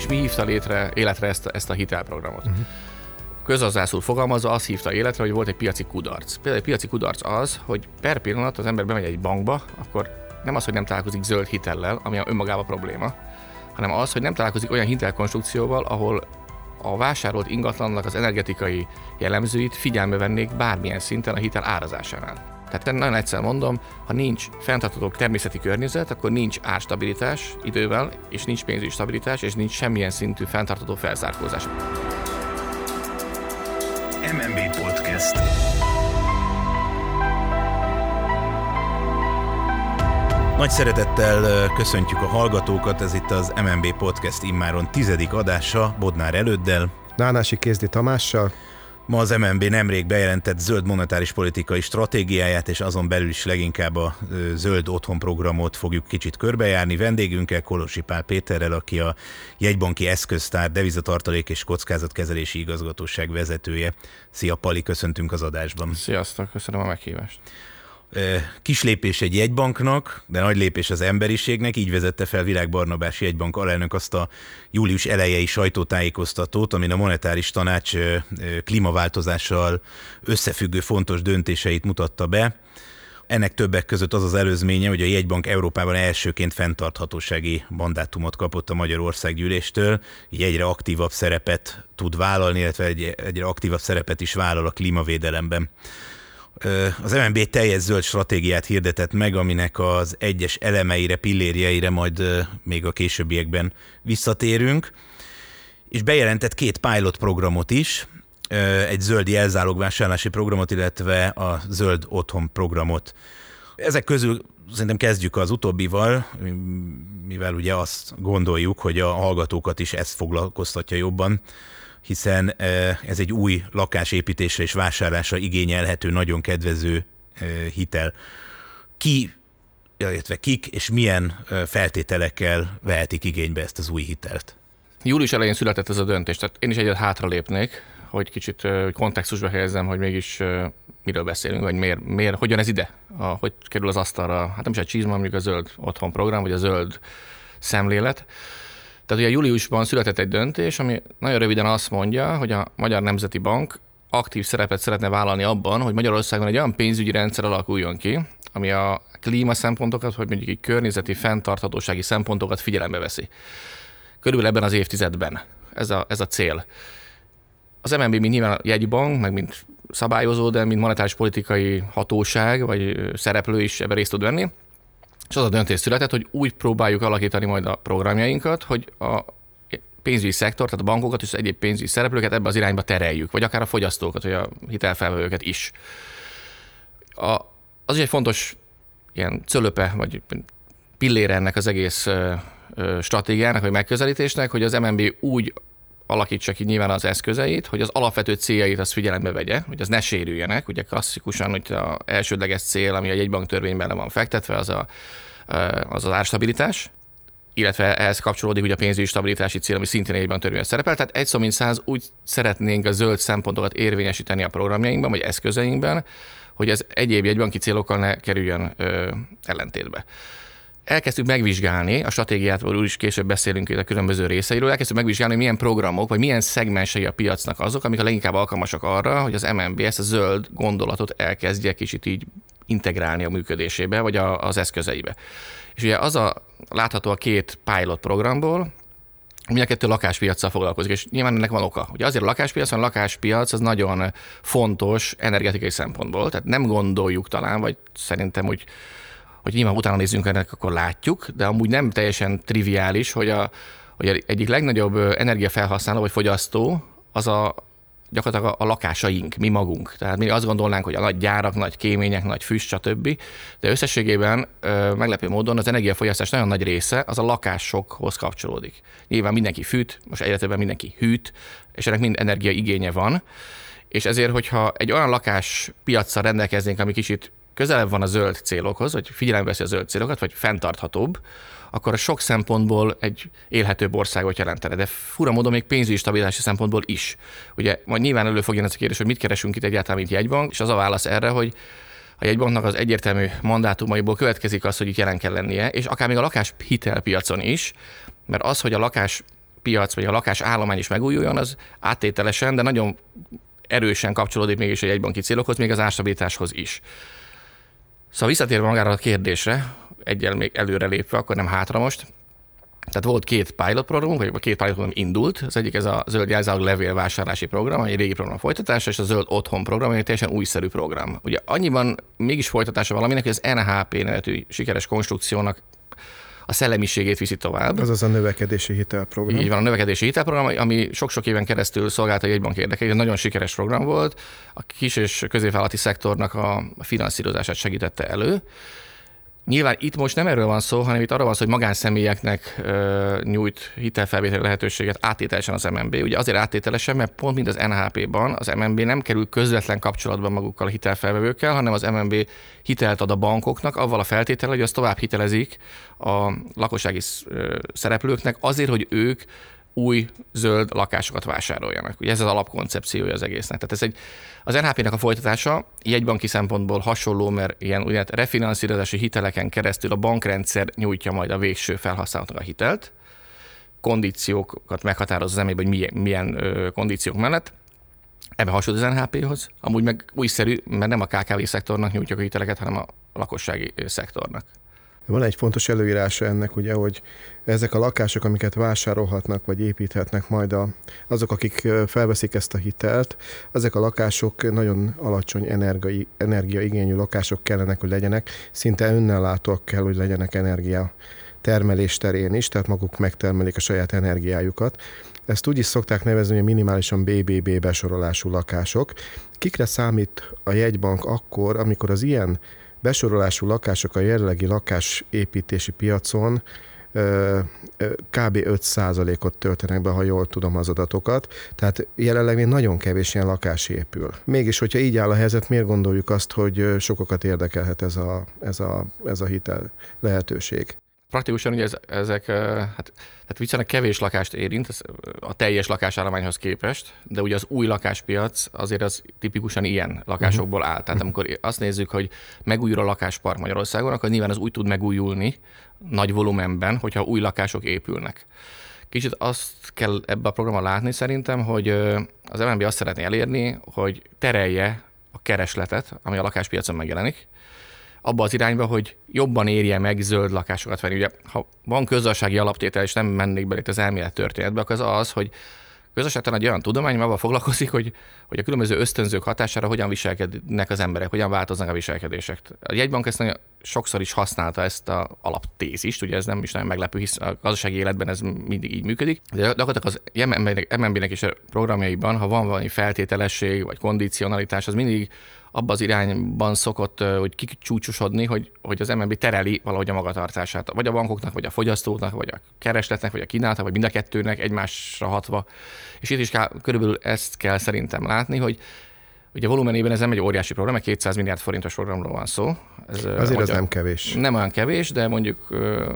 mi hívta életre ezt a hitelprogramot? Közgazdászul fogalmazva azt hívta életre, hogy volt egy piaci kudarc. Például egy piaci kudarc az, hogy per pillanat az ember bemegy egy bankba, akkor nem az, hogy nem találkozik zöld hitellel, ami önmagában probléma, hanem az, hogy nem találkozik olyan hitelkonstrukcióval, ahol a vásárolt ingatlannak az energetikai jellemzőit figyelme vennék bármilyen szinten a hitel árazásánál. Tehát nagyon egyszer mondom, ha nincs fenntartható természeti környezet, akkor nincs árstabilitás idővel, és nincs pénzügyi stabilitás, és nincs semmilyen szintű fenntartható felzárkózás. MNB Podcast. Nagy szeretettel köszöntjük a hallgatókat, ez itt az MNB Podcast immáron 10. adása Bodnár Előddel, Nánási Kézdi Tamással. Ma az MNB nemrég bejelentett zöld monetáris politikai stratégiáját, és azon belül is leginkább a zöld otthon programot fogjuk kicsit körbejárni. Vendégünkkel, Kolossy Pál Péterrel, aki a Jegybanki Eszköztár Devizatartalék és Kockázatkezelési Igazgatóság vezetője. Szia Pali, köszöntünk az adásban. Sziasztok, köszönöm a meghívást. Kis lépés egy jegybanknak, de nagy lépés az emberiségnek, így vezette fel Virág Barnabás jegybank alelnök azt a július elejei sajtótájékoztatót, amin a monetáris tanács klímaváltozással összefüggő fontos döntéseit mutatta be. Ennek többek között az az előzménye, hogy a jegybank Európában elsőként fenntarthatósági mandátumot kapott a Magyar Országgyűléstől, így egyre aktívabb szerepet tud vállalni, illetve egyre aktívabb szerepet is vállal a klímavédelemben. Az MNB teljes zöld stratégiát hirdetett meg, aminek az egyes elemeire, pillérjeire majd még a későbbiekben visszatérünk, és bejelentett 2 pilot programot is, egy zöld jelzálogvásárlási programot, illetve a zöld otthon programot. Ezek közül szerintem kezdjük az utóbbival, mivel ugye azt gondoljuk, hogy a hallgatókat is ezt foglalkoztatja jobban, hiszen ez egy új lakásépítésre és vásárlásra igényelhető, nagyon kedvező hitel. Illetve kik és milyen feltételekkel vehetik igénybe ezt az új hitelt? Július elején született ez a döntés, tehát én is egyet hátralépnék, hogy kicsit kontextusba helyezzem, hogy mégis miről beszélünk, vagy miért hogyan ez ide, hogy kerül az asztalra, hát nem is egy csizma, mondjuk a zöld otthon program, vagy a zöld szemlélet. Tehát ugye júliusban született egy döntés, ami nagyon röviden azt mondja, hogy a Magyar Nemzeti Bank aktív szerepet szeretne vállalni abban, hogy Magyarországon egy olyan pénzügyi rendszer alakuljon ki, ami a klíma szempontokat, vagy mondjuk egy környezeti fenntarthatósági szempontokat figyelembe veszi. Körülbelül ebben az évtizedben ez a cél. Az MNB, mint nyilván jegybank, meg mint szabályozó, de mint monetáris politikai hatóság, vagy szereplő is ebben részt tud venni. És az a döntés született, hogy úgy próbáljuk alakítani majd a programjainkat, hogy a pénzügyi szektor, tehát a bankokat és egyéb pénzügyi szereplőket ebbe az irányba tereljük, vagy akár a fogyasztókat, vagy a hitelfelvevőket is. Az is egy fontos ilyen cölöpe, vagy pillére ennek az egész stratégiának, vagy megközelítésnek, hogy az MNB úgy alakítsa ki nyilván az eszközeit, hogy az alapvető céljait azt figyelembe vegye, hogy az ne sérüljenek. Ugye klasszikusan, hogy az elsődleges cél, ami a jegybanktörvényben le van fektetve, az árstabilitás, illetve ehhez kapcsolódik ugye a pénzügyi stabilitási cél, ami szintén a jegybanktörvényben szerepel. Tehát egy szó mint 100 úgy szeretnénk a zöld szempontokat érvényesíteni a programjainkban, vagy eszközeinkben, hogy ez egyéb jegybanki célokkal ne kerüljön ellentétbe. Elkezdtük megvizsgálni, a stratégiától úr is később beszélünk a különböző részeiről, elkezdtük megvizsgálni, hogy milyen programok, vagy milyen szegmensei a piacnak azok, amik a leginkább alkalmasak arra, hogy az MNB ezt a zöld gondolatot elkezdje kicsit így integrálni a működésébe, vagy az eszközeibe. És ugye látható a 2 pilot programból, mind a 2 lakáspiaccal foglalkozik, és nyilván ennek van oka. Ugye azért a lakáspiac az nagyon fontos energetikai szempontból, tehát nem gondoljuk talán, vagy szerintem hogy nyilván utána nézzünk ennek, akkor látjuk, de amúgy nem teljesen triviális, hogy egyik legnagyobb energiafelhasználó vagy fogyasztó az gyakorlatilag a lakásaink, mi magunk. Tehát mi azt gondolnánk, hogy a nagy gyárak, nagy kémények, nagy füst, stb. De összességében meglepő módon az energiafogyasztás nagyon nagy része az a lakásokhoz kapcsolódik. Nyilván mindenki fűt, most egyre többen mindenki hűt, és ennek mind energiaigénye van. És ezért, hogyha egy olyan lakáspiaccal rendelkeznénk, ami kicsit közelebb van a zöld célokhoz, vagy figyelembe veszi a zöld célokat, vagy fenntarthatóbb, akkor a sok szempontból egy élhetőbb országot jelentene. De fura módon még pénzügyi stabilitási szempontból is. Ugye majd nyilván elő fog jönni ez a kérdés, hogy mit keresünk itt egyáltalán, mint jegybank, és az a válasz erre, hogy a jegybanknak az egyértelmű mandátumaiból következik az, hogy itt jelen kell lennie, és akár még a lakáshitelpiacon is, mert az, hogy a lakás piac, vagy a lakásállomány is megújuljon, az áttételesen, de nagyon erősen kapcsolódik mégis a jegybanki célokhoz, még az árstabilitáshoz is. Szóval visszatérve magára a kérdésre, egyel még előre lépve, akkor nem hátra most. Tehát volt 2 pilot programunk, vagy 2 pilot program indult. Az egyik ez a zöld jelzálog levélvásárlási program, egy régi program folytatása, és a zöld otthon program, egy teljesen újszerű program. Ugye annyiban mégis folytatása valaminek, hogy az NHP nevetű sikeres konstrukciónak a szellemiségét viszi tovább. Azaz a növekedési hitelprogram. Így van, a növekedési hitelprogram, ami sok-sok éven keresztül szolgálta a jegybank érdekeit, nagyon sikeres program volt, a kis és középvállalati szektornak a finanszírozását segítette elő. Nyilván itt most nem erről van szó, hanem itt arról van szó, hogy magánszemélyeknek nyújt hitelfelvételi lehetőséget áttételesen az MNB. Ugye azért áttételesen, mert pont mint az NHP-ban az MNB nem kerül közvetlen kapcsolatban magukkal a hitelfelvevőkkel, hanem az MNB hitelt ad a bankoknak, avval a feltétellel, hogy azt tovább hitelezik a lakossági szereplőknek azért, hogy ők új zöld lakásokat vásároljanak. Ugye ez az alapkoncepciója az egésznek. Tehát az NHP-nek a folytatása jegybanki szempontból hasonló, mert ilyen úgynevezett refinanszírozási hiteleken keresztül a bankrendszer nyújtja majd a végső felhasználóknak a hitelt. Kondíciókat meghatároz az MNB, hogy milyen kondíciók mellett. Ebben hasonló az NHP-hoz. Amúgy meg újszerű, mert nem a KKV szektornak nyújtjuk a hiteleket, hanem a lakossági szektornak. Van egy fontos előírása ennek, ugye, hogy ezek a lakások, amiket vásárolhatnak, vagy építhetnek majd azok, akik felveszik ezt a hitelt, ezek a lakások nagyon alacsony energiaigényű lakások kellenek, hogy legyenek, szinte önellátóak kell, hogy legyenek energia termelés terén is, tehát maguk megtermelik a saját energiájukat. Ezt úgy is szokták nevezni, hogy minimálisan BBB besorolású lakások. Kikre számít a jegybank akkor, amikor az ilyen besorolású lakások a jelenlegi lakásépítési piacon kb. 5%-ot töltenek be, ha jól tudom az adatokat. Tehát jelenleg még nagyon kevés ilyen lakás épül. Mégis, hogyha így áll a helyzet, miért gondoljuk azt, hogy sokakat érdekelhet ez a hitel lehetőség? Praktikusan ugye ezek tehát viszonylag kevés lakást érint a teljes lakásállományhoz képest, de ugye az új lakáspiac azért az tipikusan ilyen lakásokból áll. Tehát amikor azt nézzük, hogy megújul a lakáspark Magyarországon, akkor nyilván az úgy tud megújulni nagy volumenben, hogyha új lakások épülnek. Kicsit azt kell ebbe a programban látni szerintem, hogy az MNB azt szeretné elérni, hogy terelje a keresletet, ami a lakáspiacon megjelenik, abba az irányba, hogy jobban érje meg zöld lakásokat venni. Ugye, ha van közgazdasági alaptétel, és nem mennék bele itt az elmélet történetbe, akkor az, hogy közgazdaságtan egy olyan tudomány, ami abban foglalkozik, hogy a különböző ösztönzők hatására hogyan viselkednek az emberek, hogyan változnak a viselkedések. A jegybank ezt nagyon sokszor is használta, ezt az alaptézist, ugye ez nem is nagyon meglepő, hisz a gazdasági életben ez mindig így működik. De gyakorlatilag az MNB-nek is a programjaiban, ha van valami feltételesség vagy kondicionalitás, az mindig abban az irányban szokott, hogy kicsúcsosodni, hogy az MNB tereli valahogy a magatartását, vagy a bankoknak, vagy a fogyasztóknak, vagy a keresletnek, vagy a kínálatnak, vagy mind a kettőnek egymásra hatva. És itt is körülbelül ezt kell szerintem látni, hogy ugye volumenében ez nem egy óriási program, egy 200 milliárd forintos programról van szó. Azért ez nem kevés. Nem olyan kevés, de mondjuk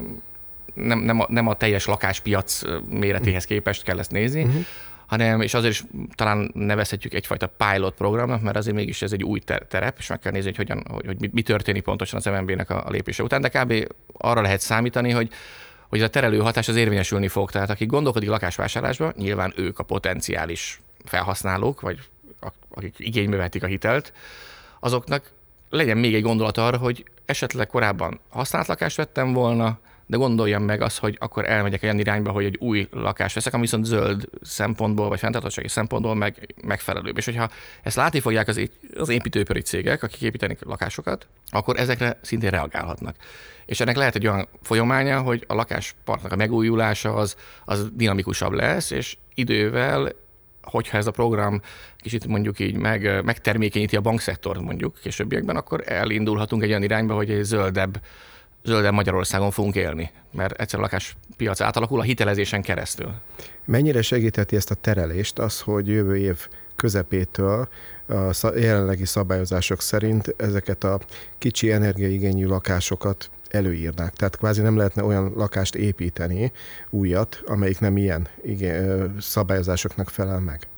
nem a teljes lakáspiac méretéhez képest kell ezt nézni, hanem, és azért is talán nevezhetjük egyfajta pilot programnak, mert azért mégis ez egy új terep, és meg kell nézni, hogy mi történik pontosan az MNB-nek a lépése után, de kb. Arra lehet számítani, hogy ez a terelő hatás az érvényesülni fog. Tehát akik gondolkodik lakásvásárlásba, nyilván ők a potenciális felhasználók, vagy akik igénybe vehetik a hitelt, azoknak legyen még egy gondolat arra, hogy esetleg korábban használt lakást vettem volna, de gondoljam meg azt, hogy akkor elmegyek olyan irányba, hogy egy új lakást veszek, ami viszont zöld szempontból, vagy fenntarthatósági szempontból megfelelőbb. És hogyha ezt látni fogják az építőipari cégek, akik építenek lakásokat, akkor ezekre szintén reagálhatnak. És ennek lehet egy olyan folyamánya, hogy a lakásparknak a megújulása az dinamikusabb lesz, és idővel, hogyha ez a program kicsit mondjuk így megtermékenyíti a bankszektort mondjuk későbbiekben, akkor elindulhatunk egy olyan irányba, hogy egy zöldebb Magyarországon fogunk élni, mert egyszer a lakáspiac átalakul a hitelezésen keresztül. Mennyire segítheti ezt a terelést az, hogy jövő év közepétől a jelenlegi szabályozások szerint ezeket a kicsi energiaigényű lakásokat előírnák? Tehát kvázi nem lehetne olyan lakást építeni, újat, amelyik nem ilyen szabályozásoknak felel meg?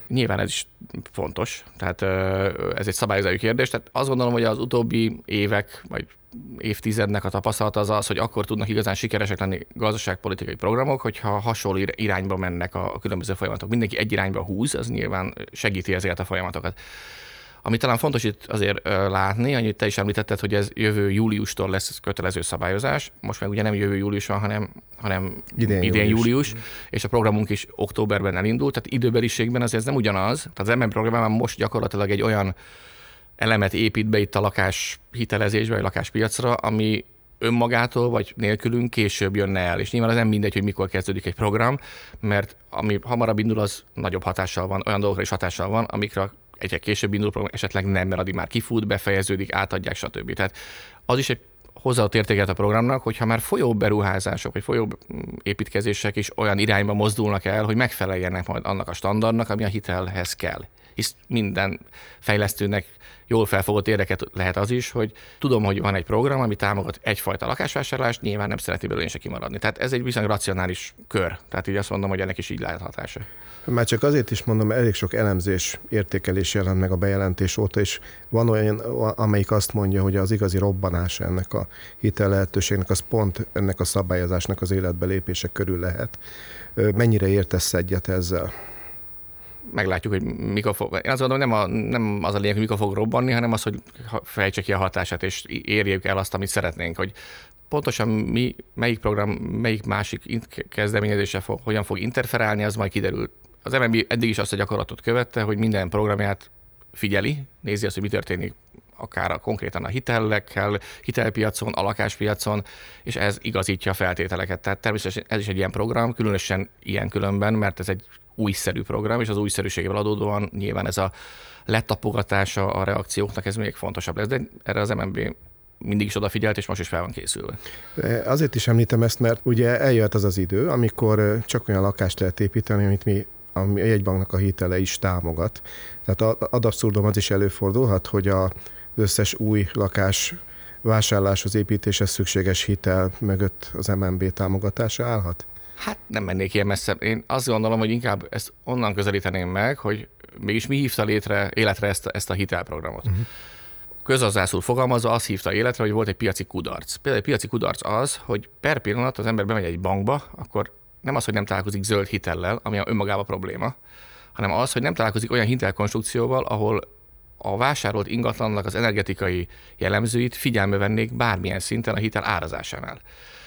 Nyilván ez is fontos, tehát ez egy szabályozói kérdés. Tehát azt gondolom, hogy az utóbbi évek, vagy évtizednek a tapasztalata az, hogy akkor tudnak igazán sikeresek lenni gazdaságpolitikai programok, hogyha hasonló irányba mennek a különböző folyamatok. Mindenki egy irányba húz, az nyilván segíti ezeket a folyamatokat. Ami talán fontos itt azért látni, hogy te is említetted, hogy ez jövő júliustól lesz kötelező szabályozás. Most meg ugye nem jövő július van, hanem idén július, és a programunk is októberben elindult, tehát időbeliségben azért ez nem ugyanaz. Tehát az MNB programban most gyakorlatilag egy olyan elemet épít be itt a lakáshitelezésbe, vagy lakáspiacra, ami önmagától vagy nélkülünk később jönne el. És nyilván az nem mindegy, hogy mikor kezdődik egy program, mert ami hamarabb indul, az nagyobb hatással van, olyan dolgokra is hatással van, amikre egy később induló program esetleg nem, mert addig már kifut, befejeződik, átadják, stb. Tehát az is egy hozzáadott értéket a programnak, hogyha már folyó beruházások, vagy folyó építkezések is olyan irányba mozdulnak el, hogy megfeleljenek majd annak a standardnak, ami a hitelhez kell. Hisz minden fejlesztőnek jól felfogott érdeket lehet az is, hogy tudom, hogy van egy program, ami támogat egyfajta lakásvásárlást, nyilván nem szereti belőle se kimaradni. Tehát ez egy viszonylag racionális kör. Tehát így azt mondom, hogy ennek is így lehet hatása. Már csak azért is mondom, mert elég sok elemzés, értékelés jelent meg a bejelentés óta, és van olyan, amelyik azt mondja, hogy az igazi robbanása ennek a hitel lehetőségnek, az pont ennek a szabályozásnak az életbe lépése körül lehet. Mennyire értesz egyet ezzel? Meglátjuk, hogy mikor fog. Én azt gondolom, nem az a lényeg, hogy mikor fog robbanni, hanem az, hogy fejtse ki a hatását, és érjük el azt, amit szeretnénk, hogy pontosan melyik program, melyik másik kezdeményezése hogyan fog interferálni, az majd kiderül. Az MNB eddig is azt a gyakorlatot követte, hogy minden programját figyeli, nézi azt, hogy mi történik akár konkrétan a hitellekkel, hitelpiacon, a lakáspiacon, és ez igazítja a feltételeket. Tehát természetesen ez is egy ilyen program, különösen ilyen különben, mert ez egy újszerű program, és az újszerűségével adódóan nyilván ez a letapogatása a reakcióknak ez még fontosabb lesz, de erre az MNB mindig is odafigyelt, és most is fel van készülve. Azért is említem ezt, mert ugye eljött az az idő, amikor csak olyan lakást lehet építeni, amit a jegybanknak a hitele is támogat. Tehát ad abszurdum az is előfordulhat, hogy az összes új lakás vásárláshoz, építéshez szükséges hitel mögött az MNB támogatása állhat? Hát nem mennék ilyen messze. Én azt gondolom, hogy inkább ezt onnan közelíteném meg, hogy mégis mi hívta életre ezt a hitelprogramot. Uh-huh. Közhozzászól fogalmazva azt hívta életre, hogy volt egy piaci kudarc. Például egy piaci kudarc az, hogy per pillanat az ember bemegy egy bankba, akkor nem az, hogy nem találkozik zöld hitellel, ami önmagában probléma, hanem az, hogy nem találkozik olyan hitelkonstrukcióval, ahol a vásárolt ingatlannak az energetikai jellemzőit figyelme vennék bármilyen szinten a hitel árazásánál.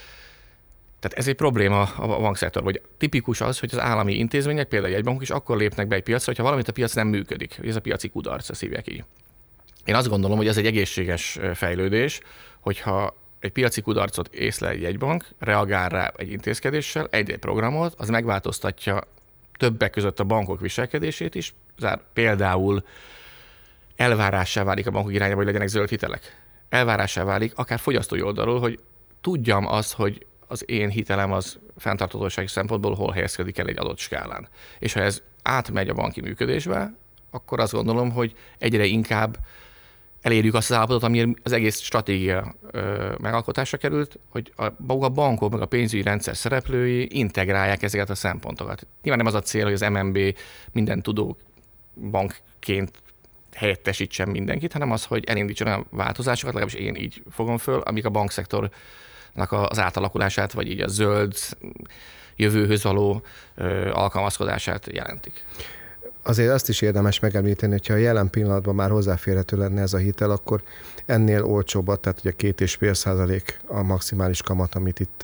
Tehát ez egy probléma a bankszektorban, hogy tipikus az, hogy az állami intézmények, például egy bankok is akkor lépnek be egy piacra, hogyha valamit a piac nem működik. Ez a piaci kudarc, ezt hívják így. Én azt gondolom, hogy ez egy egészséges fejlődés, hogyha egy piaci kudarcot észlel egy jegybank, reagál rá egy intézkedéssel, egy programot, az megváltoztatja többek között a bankok viselkedését is, például elvárássá válik a bankok irányába, hogy legyenek zöld hitelek. Elvárássá válik akár fogyasztói oldalról, hogy tudjam azt, hogy az én hitelem az fenntarthatósági szempontból hol helyezkedik el egy adott skálán. És ha ez átmegy a banki működésbe, akkor azt gondolom, hogy egyre inkább elérjük azt az állapotot, ami az egész stratégia megalkotásra került, hogy a bankok meg a pénzügyi rendszer szereplői integrálják ezeket a szempontokat. Nyilván nem az a cél, hogy az MNB minden tudó bankként helyettesítsen mindenkit, hanem az, hogy elindítson a változásokat, legalábbis én így fogom föl, amik a bankszektornak az átalakulását, vagy így a zöld jövőhöz való alkalmazkodását jelentik. Azért azt is érdemes megemlíteni, hogyha a jelen pillanatban már hozzáférhető lenne ez a hitel, akkor ennél olcsóbbat, tehát ugye 2,5% a maximális kamat, amit itt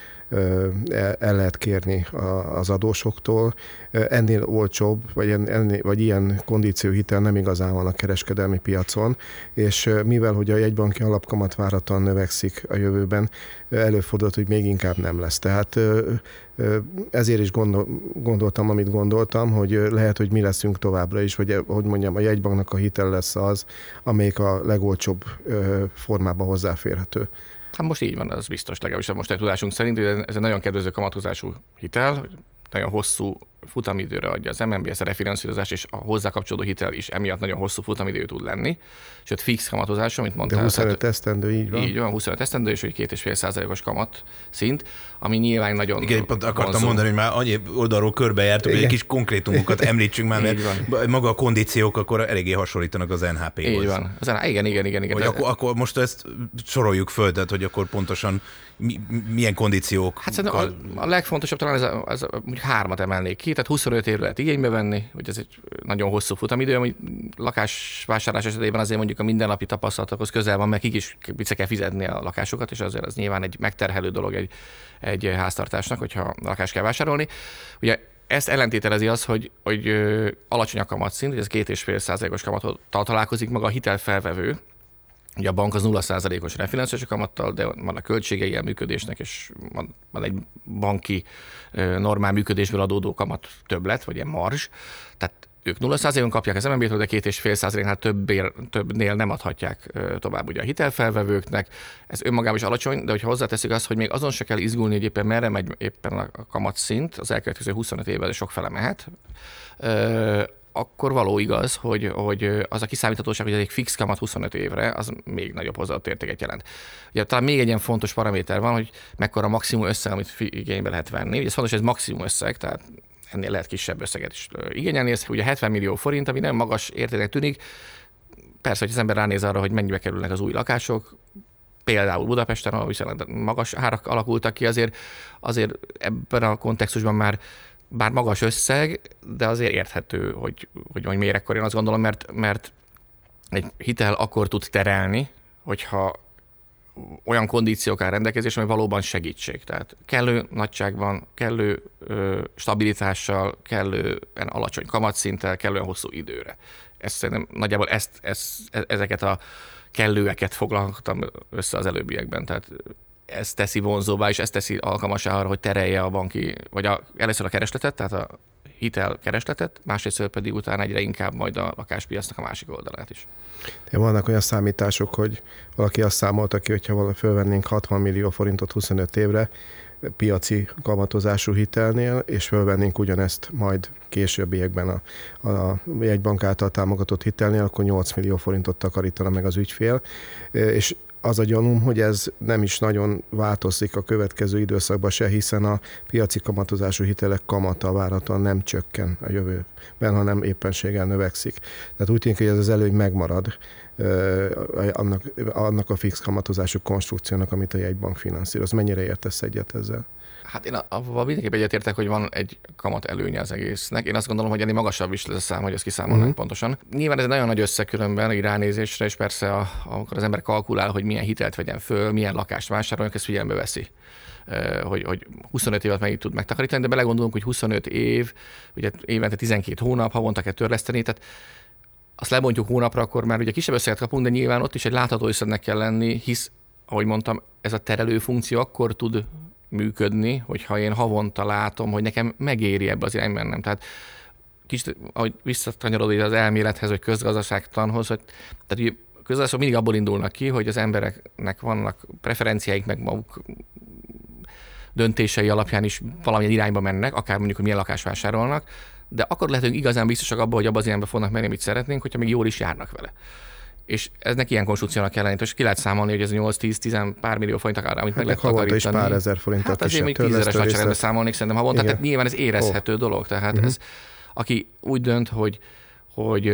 el lehet kérni az adósoktól. Ennél olcsóbb, vagy ilyen kondícióhitel nem igazán van a kereskedelmi piacon, és mivel hogy a jegybanki alapkamat várhatóan növekszik a jövőben, előfordult, hogy még inkább nem lesz. Tehát ezért is gondoltam, amit gondoltam, hogy lehet, hogy mi leszünk továbbra is, vagy hogy mondjam, a jegybanknak a hitel lesz az, amelyik a legolcsóbb formában hozzáférhető. Hát most így van, az biztos, legalábbis a mostani tudásunk szerint, hogy ez egy nagyon kedvező kamatozású hitel, nagyon hosszú futamidőre adja az MNB, ez a refinanszírozás és a hozzá kapcsolódó hitel is emiatt nagyon hosszú futamidő tud lenni, sőt fix kamatozás, amit mondtál. De 25 esztendő, így van. Így van, 25 esztendő, és 2,5%-os kamat szint, ami nyilván nagyon Igen, pont akartam mondani, hogy már annyi oldalról körbejártuk, hogy egy kis konkrétumokat említsünk már, mert maga a kondíciók akkor eléggé hasonlítanak az NHP-hoz. Így van. Igen. Hogy akkor most ezt soroljuk föl, tehát hogy akkor pontosan milyen kondíciók? Hát szerintem a legfontosabb talán ez mondjuk 3-at emelnék ki, tehát 25 évre lehet igénybe venni, hogy ez egy nagyon hosszú futamidő, ami lakásvásárlás esetében azért mondjuk a mindennapi tapasztalatokhoz közel van, mert is vissza kell fizetni a lakásokat, és azért az nyilván egy megterhelő dolog egy háztartásnak, hogyha lakást kell vásárolni. Ugye ezt ellentételezi az, hogy alacsony a kamatszint, hogy ez 2,5%-os kamattal találkozik maga a hitelfelvevő. Ugye a bank az 0%-os refinanszírozási kamattal, de van a költségei a működésnek, és van egy banki normál működésből adódó kamat többlet, vagy ilyen marzs. Tehát ők 0%-on kapják az MNB-től, de 2,5%-nál többnél nem adhatják tovább ugye a hitelfelvevőknek. Ez önmagában is alacsony, de hogyha hozzáteszik azt, hogy még azon se kell izgulni, hogy éppen merre megy éppen a kamatszint, az elkövetkező 25 évvel sok fele mehet, akkor való igaz, hogy az a kiszámíthatóság, hogy egy fix kamat 25 évre, az még nagyobb hozzáadott értéket jelent. Ugye talán még egy ilyen fontos paraméter van, hogy mekkora maximum összeg, amit igénybe lehet venni. Ugye ez fontos, hogy ez maximum összeg, tehát ennél lehet kisebb összeget is igényelni. Ez ugye 70 millió forint, ami nem magas értéknek tűnik. Persze, hogy az ember ránéz arra, hogy mennyibe kerülnek az új lakások, például Budapesten, ahol viszonylag magas árak alakultak ki, azért ebben a kontextusban már bár magas összeg, de azért érthető, hogy mérekkor. Én azt gondolom, mert egy hitel akkor tud terelni, hogyha olyan kondíciók áll rendelkezésre, ami valóban segítség. Tehát kellő nagyságban, kellő stabilitással, kellően alacsony kamatszinttel, kellően hosszú időre. Ezt szerintem nagyjából ezeket a kellőeket foglaltam össze az előbbiekben. Tehát ez teszi vonzóvá, és ez teszi alkalmassá arra, hogy terelje a banki, vagy először a keresletet, tehát a hitel keresletet, másrészt pedig utána egyre inkább majd a lakáspiacnak a másik oldalát is. De vannak olyan számítások, hogy valaki azt számolta ki, hogyha fölvennénk 60 millió forintot 25 évre piaci kamatozású hitelnél, és fölvennénk ugyanezt majd későbbiekben a jegybank által támogatott hitelnél, akkor 8 millió forintot takarítana meg az ügyfél, és az a gyanúm, hogy ez nem is nagyon változik a következő időszakban se, hiszen a piaci kamatozású hitelek kamata várhatóan nem csökken a jövőben, hanem éppenséggel növekszik. Tehát úgy tűnik, hogy ez az előny megmarad annak a fix kamatozású konstrukciónak, amit a jegybank finanszíroz. Mennyire értesz egyet ezzel? Hát én avval mindenképp egyetértek, hogy van egy kamat előnye az egésznek. Én azt gondolom, hogy ennél magasabb is lesz a szám, hogy ezt kiszámolnánk pontosan. Nyilván ez egy nagyon nagy összeg különben a ránézésre, és persze amikor az ember kalkulál, hogy milyen hitelt vegyen föl, milyen lakást vásároljon, ezt figyelembe veszi. Hogy 25 évet meg tud megtakarítani, de belegondolunk, hogy 25 év, ugye évente 12 hónap, havonta kell törleszteni, tehát azt lebontjuk hónapra, akkor már ugye kisebb összeget kapunk, de nyilván ott is egy látható összegnek kell lenni, hisz, ahogy mondtam, ez a terelő funkció akkor tud működni, hogyha én havonta látom, hogy nekem megéri ebbe az irányba mennem. Tehát kicsit, ahogy visszakanyarodni az elmélethez, vagy közgazdaságtanhoz, hogy tehát ugye közgazdaságok mindig abból indulnak ki, hogy az embereknek vannak preferenciáik, meg maguk döntései alapján is valamilyen irányba mennek, akár mondjuk, hogy milyen lakást vásárolnak, de akkor lehetünk igazán biztosak abban, hogy abban az irányba fognak menni, amit szeretnénk, hogyha még jól is járnak vele. És eznek ilyen konstrukciónak kell lenni, és ki lehet számolni, hogy ez 8-10 pár millió forint akár, amit meg lehet takarítani. Havonta is pár ezer forintot. Hát azért még 10-es nagyságrendben számolnék szerintem havonta, tehát nyilván ez érezhető dolog. Tehát ez, aki úgy dönt, hogy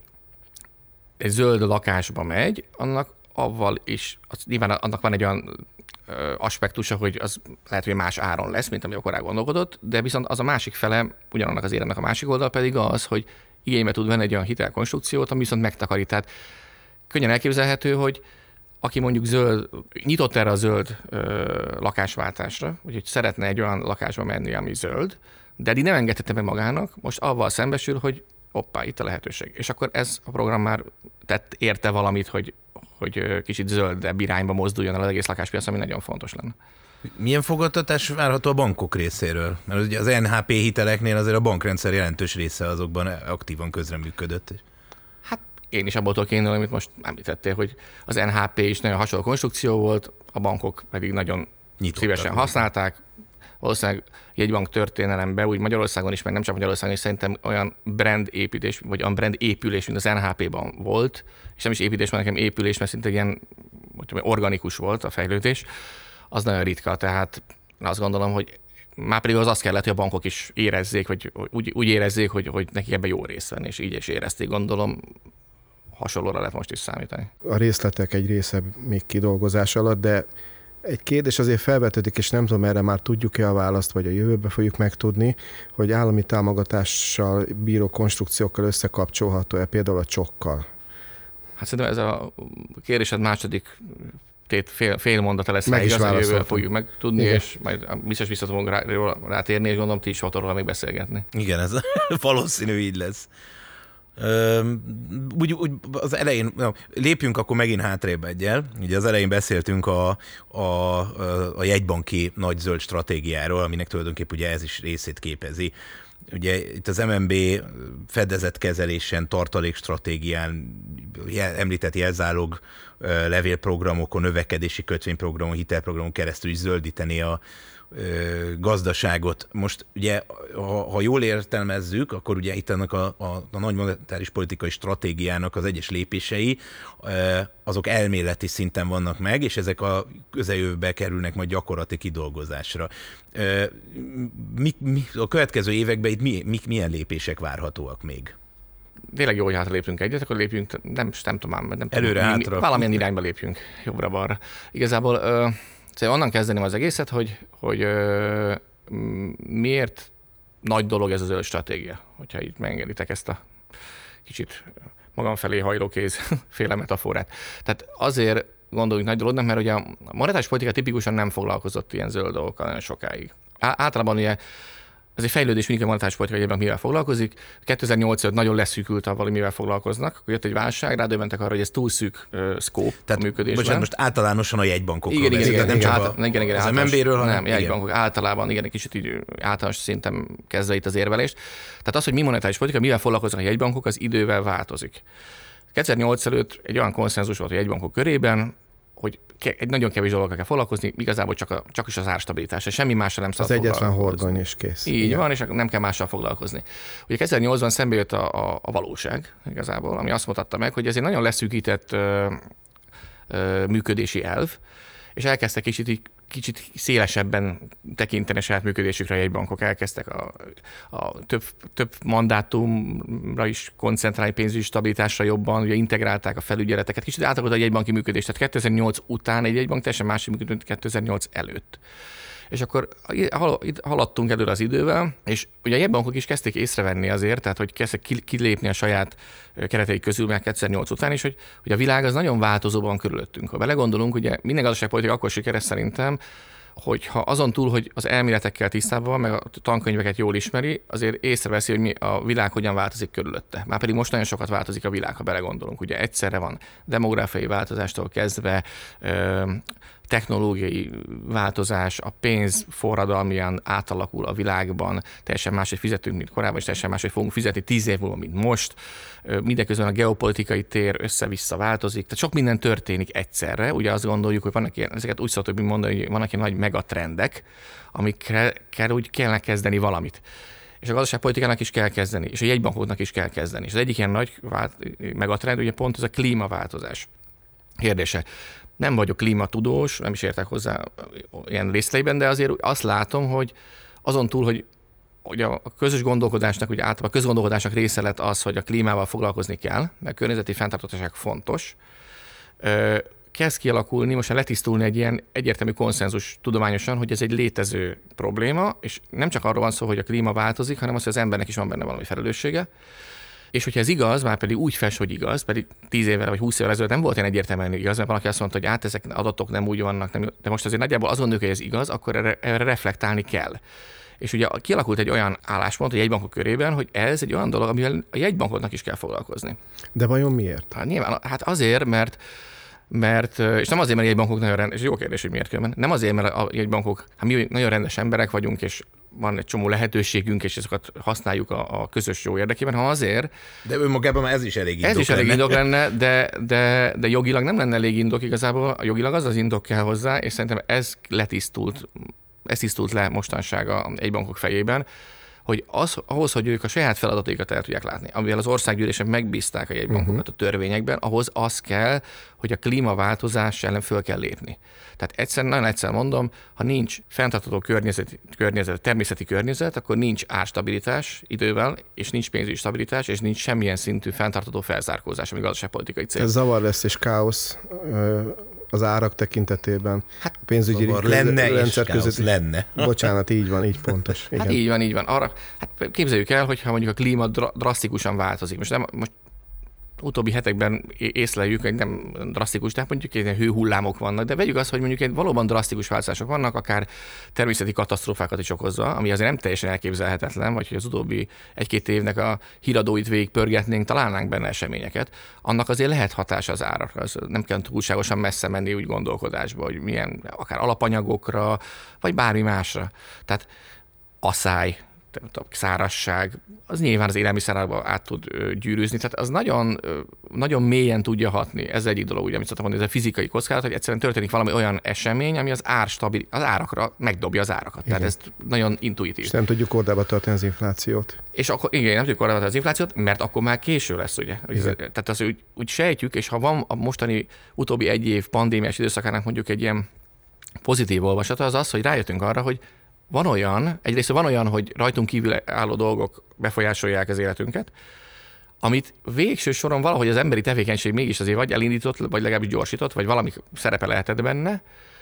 egy zöld lakásba megy, annak avval is, nyilván annak van egy olyan aspektusa, hogy az lehet, hogy más áron lesz, mint ami korábban gondolkodott, de viszont az a másik fele, ugyanannak az éremnek a másik oldal pedig az, hogy igénybe tud venni egy olyan hitelkonstrukciót, ami viszont megtakarít. Tehát könnyen elképzelhető, hogy aki mondjuk nyitott erre a zöld lakásváltásra, hogy szeretne egy olyan lakásba menni, ami zöld, de eddig nem engedhette meg magának, most avval szembesül, hogy hoppá, itt a lehetőség. És akkor ez a program már érte valamit, hogy kicsit zöldebb irányba mozduljon el az egész lakáspiac, ami nagyon fontos lenne. Milyen fogadtatás várható a bankok részéről? Mert ugye az NHP hiteleknél azért a bankrendszer jelentős része azokban aktívan közreműködött. Hát én is abból tudok indulni, amit most említettél, hogy az NHP is nagyon hasonló konstrukció volt, a bankok pedig nagyon szívesen használták. valószínűleg jegybank történelemben, úgy Magyarországon is, meg nem csak Magyarországon is szerintem olyan brand építés, vagy olyan brand épülés, mint az NHP-ban volt, és nem is építés, mert nekem épülés, mert szinte ilyen organikus volt a fejlődés, az nagyon ritka, tehát azt gondolom, hogy már pedig az kellett, hogy a bankok is érezzék, vagy úgy érezzék, hogy neki ebben jó rész van, és így is érezték, gondolom, hasonlóra lehet most is számítani. A részletek egy része még kidolgozás alatt, de egy kérdés azért felvetődik, és nem tudom, erre már tudjuk-e a választ, vagy a jövőben fogjuk megtudni, hogy állami támogatással bíró konstrukciókkal összekapcsolható-e például a csokkal? Hát szerintem ez a kérdésed második fél mondata lesz, meg is jövőben fogjuk megtudni, igen. És majd biztos vissza tudunk rátérni, és gondolom, ti is fogtok még beszélgetni. Igen, ez valószínű így lesz. Úgy az elején, lépjünk akkor megint hátrébb egyel. Ugye az elején beszéltünk a jegybanki nagy zöld stratégiáról, aminek tulajdonképpen ugye ez is részét képezi. Ugye itt az MNB fedezetkezelésen, tartalékstratégián, említett jelzálog levélprogramokon, növekedési kötvényprogramon, hitelprogramon keresztül is zöldíteni a gazdaságot. Most ugye, ha jól értelmezzük, akkor ugye itt ennek a nagy monetáris politikai stratégiának az egyes lépései, azok elméleti szinten vannak meg, és ezek a közeljövőbe kerülnek majd gyakorlati kidolgozásra. A következő években itt milyen lépések várhatóak még? Tényleg jó, hogy hátra lépünk egyet, akkor lépjünk, nem tudom. Előre-hátra. Valamilyen irányba lépjünk, jobbra-balra. Igazából onnan kezdeném az egészet, hogy miért nagy dolog ez a zöld stratégia, hogyha itt megengeditek ezt a kicsit magam felé hajló kéz féle metaforát. Tehát azért gondoljuk nagy dolognak, mert ugye a monetáris politika tipikusan nem foglalkozott ilyen zöld dolgokkal nagyon sokáig. Általában ugye ez egy fejlődés, mindig a monetáris politika egyébként mivel foglalkozik. 2008 előtt nagyon leszűkült avval, mivel foglalkoznak. Akkor jött egy válság, rádöbbentek arra, hogy ez túl szűk scope a működésben. Bocsánat, most általánosan a jegybankokról igen, nem csak az MNB-ről, hanem nem, jegybankok általában, igen, egy kicsit így általános szinten kezdve itt az érvelést. Tehát az, hogy mi monetáris politika, mivel foglalkoznak a jegybankok, az idővel változik. 2008 előtt egy olyan konszenzus volt a jegybankok körében, hogy egy nagyon kevés dologgal kell foglalkozni, igazából csak is az árstabilitásra, semmi mással nem szabad foglalkozni. Az egyetlen horgony és kész. Így igen. Van, és nem kell mással foglalkozni. Ugye 2008-ban szembe jött a valóság igazából, ami azt mutatta meg, hogy ez egy nagyon leszűkített működési elv, és elkezdtek kicsit szélesebben tekinteni a saját működésükre a jegybankok, elkezdtek a több mandátumra is koncentrálni, pénzügyi stabilitásra jobban, ugye integrálták a felügyeleteket, kicsit átalakult a jegybanki működés, tehát 2008 után egy jegybank teljesen másik működött, mint 2008 előtt. És akkor haladtunk előre az idővel, és ugye a jegybankok is kezdték észrevenni azért, tehát hogy kezdtek kilépni a saját keretei közül, mert 2008 után is, hogy a világ az nagyon változóban körülöttünk. Ha belegondolunk, ugye minden gazdaságpolitika akkor sikeres szerintem, hogyha azon túl, hogy az elméletekkel tisztában van, meg a tankönyveket jól ismeri, azért észreveszi, hogy a világ hogyan változik körülötte. Már pedig most nagyon sokat változik a világ, ha belegondolunk. Ugye egyszerre van demográfiai változástól kezdve, technológiai változás, a pénz forradalmian átalakul a világban, teljesen máshogy fizetünk, mint korábban, és teljesen máshogy fogunk fizetni 10 év múlva, mint most. Mindeközben a geopolitikai tér össze-vissza változik, tehát sok minden történik egyszerre. Ugye azt gondoljuk, hogy vannak ilyen, ezeket úgy szoktuk mondani, hogy vannak ilyen nagy megatrendek, amikkel úgy kellene kezdeni valamit. És a gazdaságpolitikának is kell kezdeni, és a jegybankoknak is kell kezdeni. És az egyik ilyen nagy megatrend, ugye pont ez a klímaváltozás kérdése. Nem vagyok klímatudós, nem is értek hozzá ilyen részleteiben, de azért azt látom, hogy azon túl, hogy a közös gondolkodásnak, ugye általában a közgondolkodásnak része lett az, hogy a klímával foglalkozni kell, mert környezeti fenntarthatóság fontos. Kezd kialakulni, most letisztulni egy ilyen egyértelmű konszenzus tudományosan, hogy ez egy létező probléma, és nem csak arról van szó, hogy a klíma változik, hanem az, hogy az embernek is van benne valami felelőssége. És hogyha ez igaz, már pedig úgy fest, hogy igaz, pedig 10 évvel vagy 20 évvel ezelőtt nem volt ilyen egyértelműen igaz, mert valaki azt mondta, hogy ezek adatok nem úgy vannak, de most azért nagyjából azt gondoljuk, hogy ez igaz, akkor erre reflektálni kell. És ugye kialakult egy olyan álláspont a jegybankok körében, hogy ez egy olyan dolog, amivel a jegybankoknak is kell foglalkozni. De vajon miért? Nyilván, azért, mert és nem azért, mert a jegybankok nagyon rendes, és jó kérdés, hogy miért kell, nem azért, mert a jegybankok, mi nagyon rendes emberek vagyunk, és van egy csomó lehetőségünk, és ezeket használjuk a közös jó érdekében, hanem azért... De önmagában már ez is elég indok. Ez is elég indok lenne, de jogilag nem lenne elég indok igazából. A jogilag az indok kell hozzá, és szerintem ez letisztult ez tisztult le mostanság a jegybankok fejében, hogy ahhoz, hogy ők a saját feladataikat el tudják látni, amivel az országgyűlések megbízták a jegybankokat a törvényekben, ahhoz az kell, hogy a klímaváltozás ellen föl kell lépni. Tehát nagyon egyszer mondom, ha nincs fenntartható természeti környezet, akkor nincs árstabilitás idővel, és nincs pénzügyi stabilitás, és nincs semmilyen szintű fenntartható felzárkózás, ami gazdaságpolitikai cél. Ez zavar lesz és káosz az árak tekintetében. Hát pénzügyi rendszer között lenne. Bocsánat, így van, így pontos. Igen. Hát így van. Arra, hát képzeljük el, hogyha mondjuk a klíma drasztikusan változik. Most utóbbi hetekben észleljük, hogy nem drasztikus, tehát mondjuk ilyen hőhullámok vannak, de vegyük azt, hogy mondjuk valóban drasztikus változások vannak, akár természeti katasztrófákat is okozva, ami azért nem teljesen elképzelhetetlen, vagy hogy az utóbbi 1-2 évnek a híradóit végigpörgetnénk, találnánk benne eseményeket, annak azért lehet hatása az árakra. Az nem kell túlságosan messze menni úgy gondolkodásba, hogy milyen akár alapanyagokra, vagy bármi másra. Tehát asszály, szárazság, az nyilván az élelmiszerárakba át tud gyűrűzni, tehát az nagyon, nagyon mélyen tudja hatni. Ez egyik dolog, ugye, amit szoktam mondani, ez a fizikai kockázat, hogy egyszerűen történik valami olyan esemény, ami az árakra megdobja az árakat. Igen. Tehát ez nagyon intuitív. És nem tudjuk kordába tartani az inflációt. És akkor igen, nem tudjuk kordába tartani az inflációt, mert akkor már késő lesz, ugye. Igen. Tehát az úgy sejtjük, és ha van a mostani utóbbi 1 év pandémiás időszakának mondjuk egy ilyen pozitív olvasata, az az, hogy rájöttünk arra, hogy van olyan, hogy rajtunk kívül álló dolgok befolyásolják az életünket, amit végső soron valahogy az emberi tevékenység mégis azért vagy elindított, vagy legalábbis gyorsított, vagy valami szerepe lehetett benne,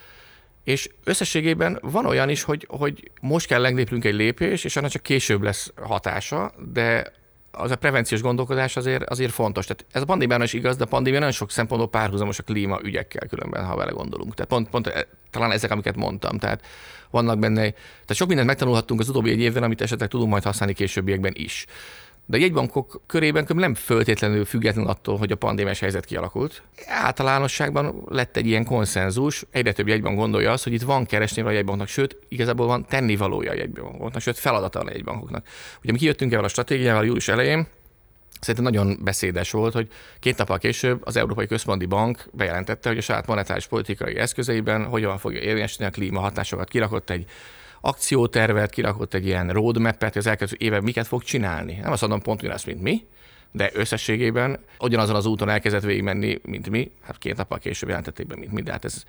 és összességében van olyan is, hogy most kell leglépnünk egy lépés, és annak csak később lesz hatása, de az a prevenciós gondolkodás azért fontos. Tehát ez a pandémiában is igaz, de a pandémia nagyon sok szempontból párhuzamos a klímaügyekkel különben, ha vele gondolunk. Tehát pont talán ezek, amiket mondtam. Tehát vannak benne, tehát sok mindent megtanulhattunk az utóbbi 1 évben, amit esetleg tudunk majd használni későbbiekben is. De a jegybankok körében nem föltétlenül független attól, hogy a pandémiás helyzet kialakult. Általánosságban lett egy ilyen konszenzus, egyre több jegybank gondolja azt, hogy itt van keresnivaló a jegybanknak, sőt, igazából van tennivalója a jegybankoknak, sőt, feladata a jegybankoknak. Ugye mi kijöttünk ezzel a stratégiával július elején, szerintem nagyon beszédes volt, hogy 2 nappal később az Európai Központi Bank bejelentette, hogy a saját monetáris politikai eszközeiben hogyan fogja érvényesíteni a klímahatásokat. Kirakott egy akciótervet, kirakott egy ilyen roadmap-et, hogy az elkezdő évben miket fog csinálni. Nem azt mondom pont ugyanazt, mint mi, de összességében ugyanazon az úton elkezdett végigmenni, mint mi, hát 2 nappal később jelentették be, mint mi, de hát ez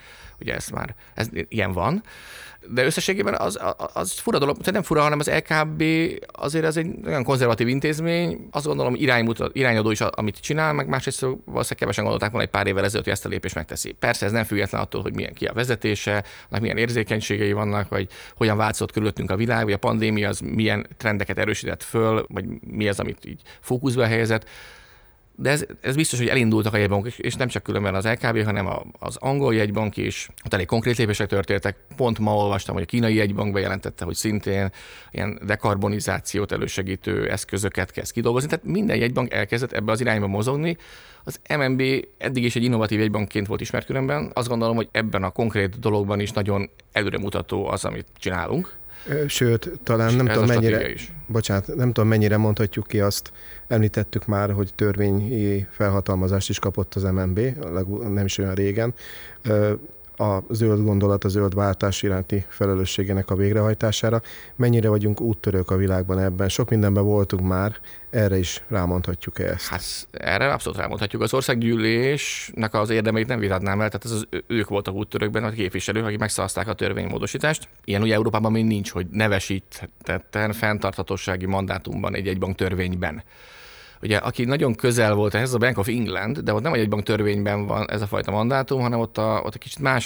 ilyen van. De összességében az fura dolog, tehát nem fura, hanem az LKB azért ez egy olyan konzervatív intézmény, azt gondolom irányadó is, amit csinál, meg másrészt valószínűleg kevesen gondolták volna egy pár évvel ezelőtt, hogy ezt a lépést megteszi. Persze ez nem független attól, hogy milyen ki a vezetése, milyen érzékenységei vannak, vagy hogyan változott körülöttünk a világ, vagy a pandémia az milyen trendeket erősített föl, vagy mi az, amit így fókuszba helyezett. De ez biztos, hogy elindultak a jegybankok, és nem csak különben az LKB, hanem az angol jegybank is. Ott elég konkrét lépések történtek. Pont ma olvastam, hogy a kínai jegybank bejelentette, hogy szintén ilyen dekarbonizációt elősegítő eszközöket kezd kidolgozni. Tehát minden jegybank elkezdett ebbe az irányba mozogni. Az MNB eddig is egy innovatív jegybankként volt ismert különben. Azt gondolom, hogy ebben a konkrét dologban is nagyon előremutató az, amit csinálunk. Sőt, talán nem tudom mennyire mondhatjuk ki azt, említettük már, hogy törvényi felhatalmazást is kapott az MNB, nem is olyan régen, a zöld gondolat, a zöld váltás iránti felelősségének a végrehajtására. Mennyire vagyunk úttörők a világban ebben? Sok mindenben voltunk már, erre is rámondhatjuk ezt? Hát erre abszolút rámondhatjuk. Az országgyűlésnek az érdemeit nem vitatnám el, tehát ők voltak úttörőkben, a képviselők, akik megszavazták a törvénymódosítást. Ilyen ugye Európában még nincs, hogy nevesítetten fenntarthatósági mandátumban egy jegybank törvényben. Ugye, aki nagyon közel volt ehhez, a Bank of England, de ott nem a jegybank törvényben van ez a fajta mandátum, hanem ott egy kicsit más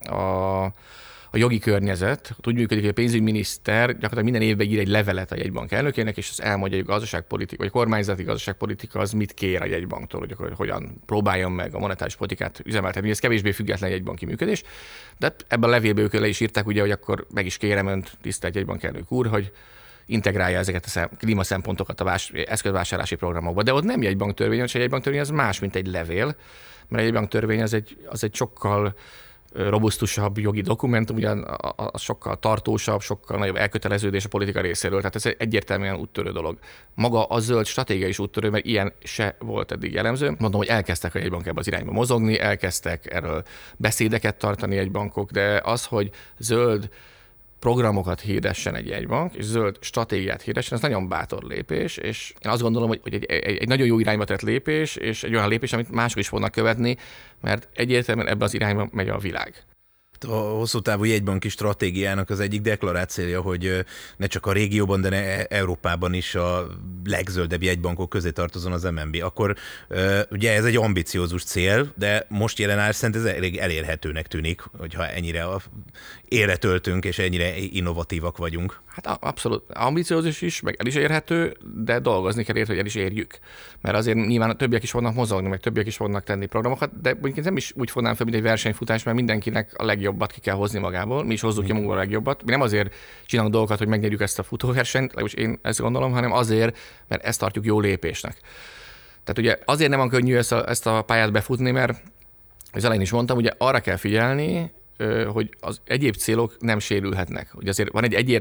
a jogi környezet. Ott úgy működik, hogy a pénzügyminiszter gyakorlatilag minden évben ír egy levelet a jegybank elnökének, és az elmondja, hogy a gazdaságpolitika, vagy a kormányzati gazdaságpolitika az mit kér a jegybanktól, hogy hogyan próbáljon meg a monetáris politikát üzemeltetni. Ez kevésbé független jegybanki működés. De ebben a levélben ők le is írták, ugye, hogy akkor meg is kérem önt, tisztelt jegybank elnök úr, hogy integrálja ezeket a klímaszempontokat a eszközvásárlási programokba. De ott nem jegybanktörvény, és egy jegybanktörvény az más, mint egy levél, mert egy jegybanktörvény az egy sokkal robusztusabb jogi dokumentum, ugyan az sokkal tartósabb, sokkal nagyobb elköteleződés a politika részéről, tehát ez egyértelműen úttörő dolog. Maga a zöld stratégia is úttörő, mert ilyen se volt eddig jellemző. Mondom, hogy elkezdtek a jegybank ebbe az irányba mozogni, elkezdtek erről beszédeket tartani jegybankok, de az, hogy zöld programokat hirdessen egy jegybank, és zöld stratégiát hirdessen, ez nagyon bátor lépés, és én azt gondolom, hogy egy nagyon jó irányba tett lépés, és egy olyan lépés, amit mások is fognak követni, mert egyértelműen ebben az irányba megy a világ. A hosszú távú jegybanki stratégiának az egyik deklarációja, hogy ne csak a régióban, de Európában is a legzöldebb jegybankok közé tartozon az MNB. Akkor ugye ez egy ambiciózus cél, de most jelen áll szerint ez elég elérhetőnek tűnik, hogyha ennyire élre töltünk, és ennyire innovatívak vagyunk. Hát abszolút ambiciózus is, meg el is érhető, de dolgozni kell érte, hogy el is érjük. Mert azért nyilván többiek is fognak mozogni, meg többiek is fognak tenni programokat, de mondjuk nem is úgy fognám fel, mint egy versenyfutás, mert mindenkinek a legjobbat ki kell hozni magából. Mi is hozzuk ki magunkból a legjobbat. Mi nem azért csinálunk dolgokat, hogy megnyerjük ezt a futóversenyt, legalábbis én ezt gondolom, hanem azért, mert ezt tartjuk jó lépésnek. Tehát ugye azért nem van könnyű ezt a pályát befutni, mert az elején is mondtam, ugye arra kell figyelni, hogy az egyéb célok nem sérülhetnek. Ugye azért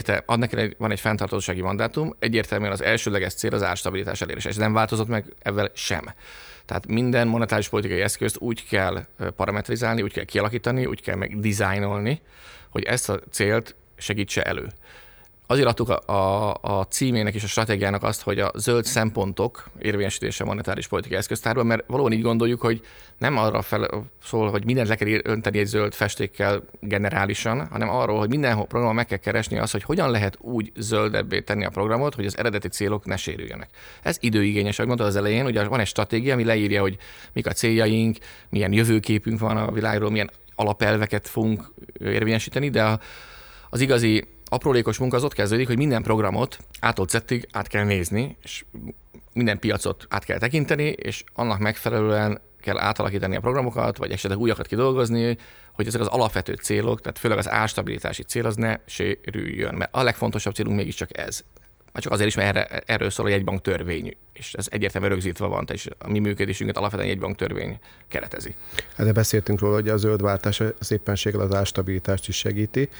van egy fenntartósági mandátum, egyértelműen az elsődleges cél az árstabilitás elérése, és nem változott meg ezzel sem. Tehát minden monetáris politikai eszközt úgy kell parametrizálni, úgy kell kialakítani, úgy kell meg dizájnolni, hogy ezt a célt segítse elő. Azért adtuk a címének és a stratégiának azt, hogy a zöld szempontok érvényesítése monetáris politikai eszköztárban, mert valóban így gondoljuk, hogy nem arra szól, hogy mindent le kell önteni egy zöld festékkel generálisan, hanem arról, hogy minden programon meg kell keresni azt, hogy hogyan lehet úgy zöldebbé tenni a programot, hogy az eredeti célok ne sérüljenek. Ez időigényes, ahogy mondtad az elején, ugye van egy stratégia, ami leírja, hogy mik a céljaink, milyen jövőképünk van a világról, milyen alapelveket fogunk érvényesíteni, de az igazi aprólékos munka az ott kezdődik, hogy minden programot ától Z-ig át kell nézni, és minden piacot át kell tekinteni, és annak megfelelően kell átalakítani a programokat, vagy esetleg újakat kidolgozni, hogy ezek az alapvető célok, tehát főleg az árstabilitási cél az ne sérüljön, mert a legfontosabb célunk mégiscsak ez. Már csak azért is, mert erről szól a jegybank törvény, és ez egyértelműen rögzítve van, és a mi működésünket alapvetően jegybank törvény keretezi. Hát de beszéltünk róla, hogy a zöld váltás az éppenséggel az árstabilitást is segíti.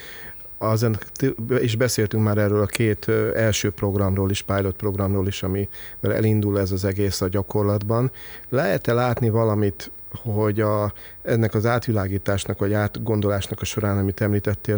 És beszéltünk már erről a két első programról is, pilot programról is, amivel elindul ez az egész a gyakorlatban. Lehet-e látni valamit, hogy ennek az átvilágításnak, vagy átgondolásnak a során, amit említettél,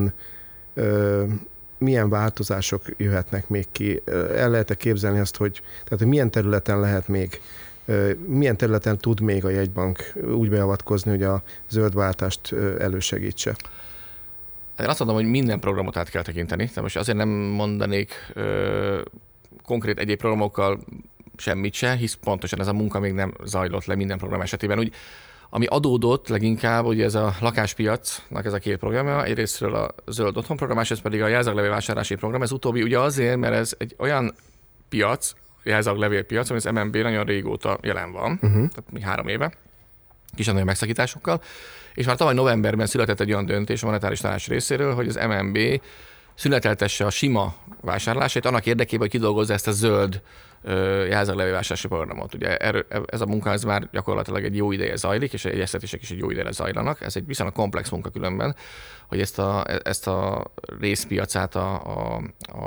milyen változások jöhetnek még ki? El lehet-e képzelni azt, hogy milyen területen lehet még, milyen területen tud még a jegybank úgy beavatkozni, hogy a zöld váltást elősegítse? Én azt mondom, hogy minden programot át kell tekinteni. De most azért nem mondanék konkrét egyéb programokkal semmit se, hisz pontosan ez a munka még nem zajlott le minden program esetében. Úgy, ami adódott leginkább, hogy ez a lakáspiacnak ez a két programja, egyrésztről a zöld otthonprogram, másrészt pedig a jelzaglevélvásárlási program. Ez utóbbi ugye azért, mert ez egy olyan piac, jelzaglevélpiac, ami az MNB nagyon régóta jelen van, tehát még 3 éve, kisebb megszakításokkal, és már tavaly novemberben született egy olyan döntés a monetáris tanács részéről, hogy az MNB szüneteltesse a sima vásárlását annak érdekében, hogy kidolgozza ezt a zöld jelzaglevélvásárlási programot. Ugye ez a munka ez már gyakorlatilag egy jó ideje zajlik, és egyeztetések is egy jó ideje zajlanak. Ez egy viszonylag komplex munka különben, hogy ezt a részpiacát a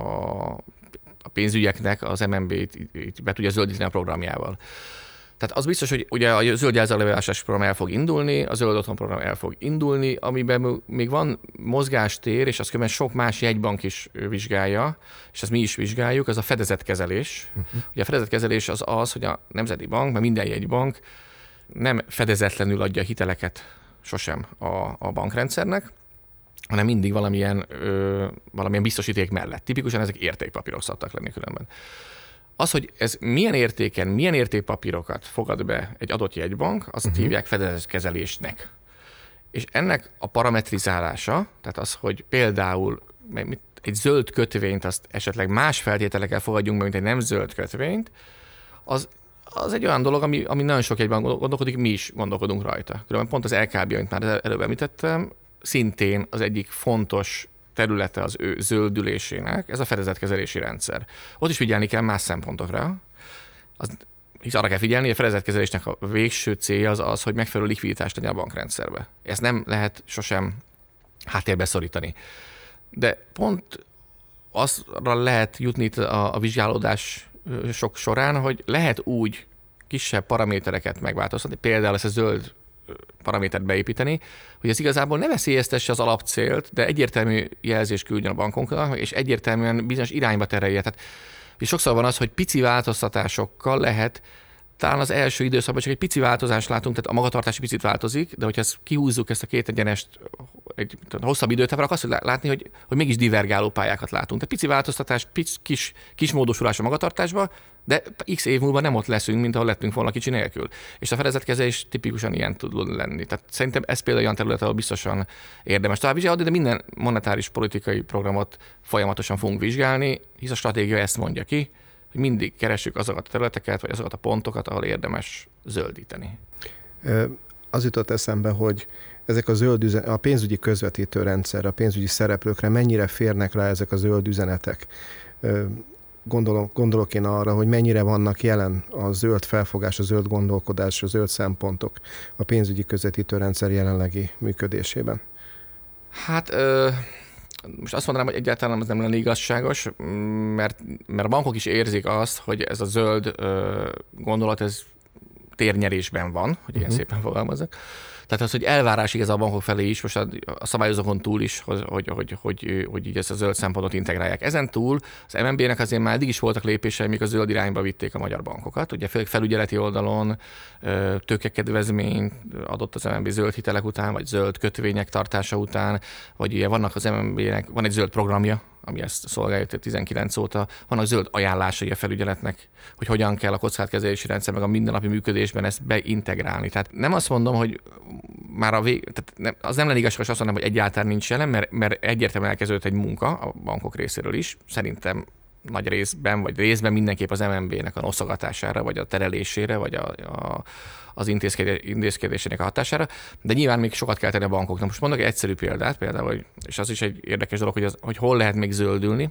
pénzügyeknek az MNB be tudja zöldíteni a programjával. Tehát az biztos, hogy ugye a zöld jelzaglevélvásárlási program el fog indulni, a zöld otthon program el fog indulni, amiben még van mozgástér, és azt különben sok más jegybank is vizsgálja, és ezt mi is vizsgáljuk, az a fedezetkezelés. Ugye a fedezetkezelés az, hogy a Nemzeti Bank, mert minden jegybank nem fedezetlenül adja hiteleket sosem a bankrendszernek, hanem mindig valamilyen biztosíték mellett. Tipikusan ezek értékpapírok szoktak lenni különben. Az, hogy ez milyen értéken, milyen értékpapírokat fogad be egy adott jegybank, azt hívják fedezetkezelésnek. És ennek a parametrizálása, tehát az, hogy például egy zöld kötvényt azt esetleg más feltételekkel fogadjunk be, mint egy nem zöld kötvényt, az egy olyan dolog, ami nagyon sok jegybank gondolkodik, mi is gondolkodunk rajta. Különben pont az LKB, amit már előbb említettem, szintén az egyik fontos területe az ő zöldülésének, ez a fedezetkezelési rendszer. Ott is figyelni kell más szempontokra. Hisz arra kell figyelni, hogy a fedezetkezelésnek a végső célja az, hogy megfelelő likviditást legyen a bankrendszerbe. Ezt nem lehet sosem háttérbe szorítani. De pont azra lehet jutni a vizsgálódás sok során, hogy lehet úgy kisebb paramétereket megváltoztatni, például ezt a zöld paramétert beépíteni, hogy ez igazából ne veszélyeztesse az alapcélt, de egyértelmű jelzést küldjön a bankoknak, és egyértelműen bizonyos irányba terelje. Tehát sokszor van az, hogy pici változtatásokkal lehet, talán az első időszakban csak egy pici változást látunk, tehát a magatartás picit változik, de hogyha kihúzzuk ezt a két egyenest egy hosszabb időtávra, akkor azt látni, hogy mégis divergáló pályákat látunk. Tehát pici változtatás, kis módosulás a magatartásba, de x év múlva nem ott leszünk, mint ahol lettünk volna kicsi nélkül. És a fedezetkezelés tipikusan ilyen tud lenni. Tehát szerintem ez például olyan terület, ahol biztosan érdemes továbbvizsgálni, de minden monetáris politikai programot folyamatosan fogunk vizsgálni, hisz a stratégia ezt mondja ki, hogy mindig keressük azokat a területeket, vagy azokat a pontokat, ahol érdemes zöldíteni. Az jutott eszembe, hogy ezek a pénzügyi közvetítő rendszer, a pénzügyi szereplőkre mennyire férnek rá ezek a zöld üzenetek. Gondolok én arra, hogy mennyire vannak jelen a zöld felfogás, a zöld gondolkodás, a zöld szempontok a pénzügyi közvetítő rendszer jelenlegi működésében. Hát most azt mondanám, hogy egyáltalán ez nem lenne igazságos, mert a bankok is érzik azt, hogy ez a zöld gondolat, ez térnyerésben van, hogy ilyen szépen fogalmazzak. Tehát az, hogy elvárás igaz a bankok felé is, most a szabályozókon túl is, hogy így ezt a zöld szempontot integrálják. Ezen túl az MNB-nek azért már eddig is voltak lépései, amik a zöld irányba vitték a magyar bankokat. Ugye felügyeleti oldalon tőkekedvezményt adott az MNB zöld hitelek után, vagy zöld kötvények tartása után, vagy ugye vannak az MNB-nek, van egy zöld programja, ami ezt szolgálja 19 óta, vannak zöld ajánlásai a felügyeletnek, hogy hogyan kell a kockázatkezelési rendszer meg a mindennapi működésben ezt beintegrálni. Tehát nem azt mondom, hogy már az nem lenne igazságos, azt mondom, hogy egyáltalán nincs jelen, mert egyértelműen elkezdődött egy munka a bankok részéről is. Szerintem nagy részben, vagy részben mindenképp az MNB-nek a noszogatására, vagy a terelésére, vagy az intézkedésének a hatására, de nyilván még sokat kell tenni a bankoknak. Most mondok egy egyszerű példát, például, és az is egy érdekes dolog, hogy hol lehet még zöldülni.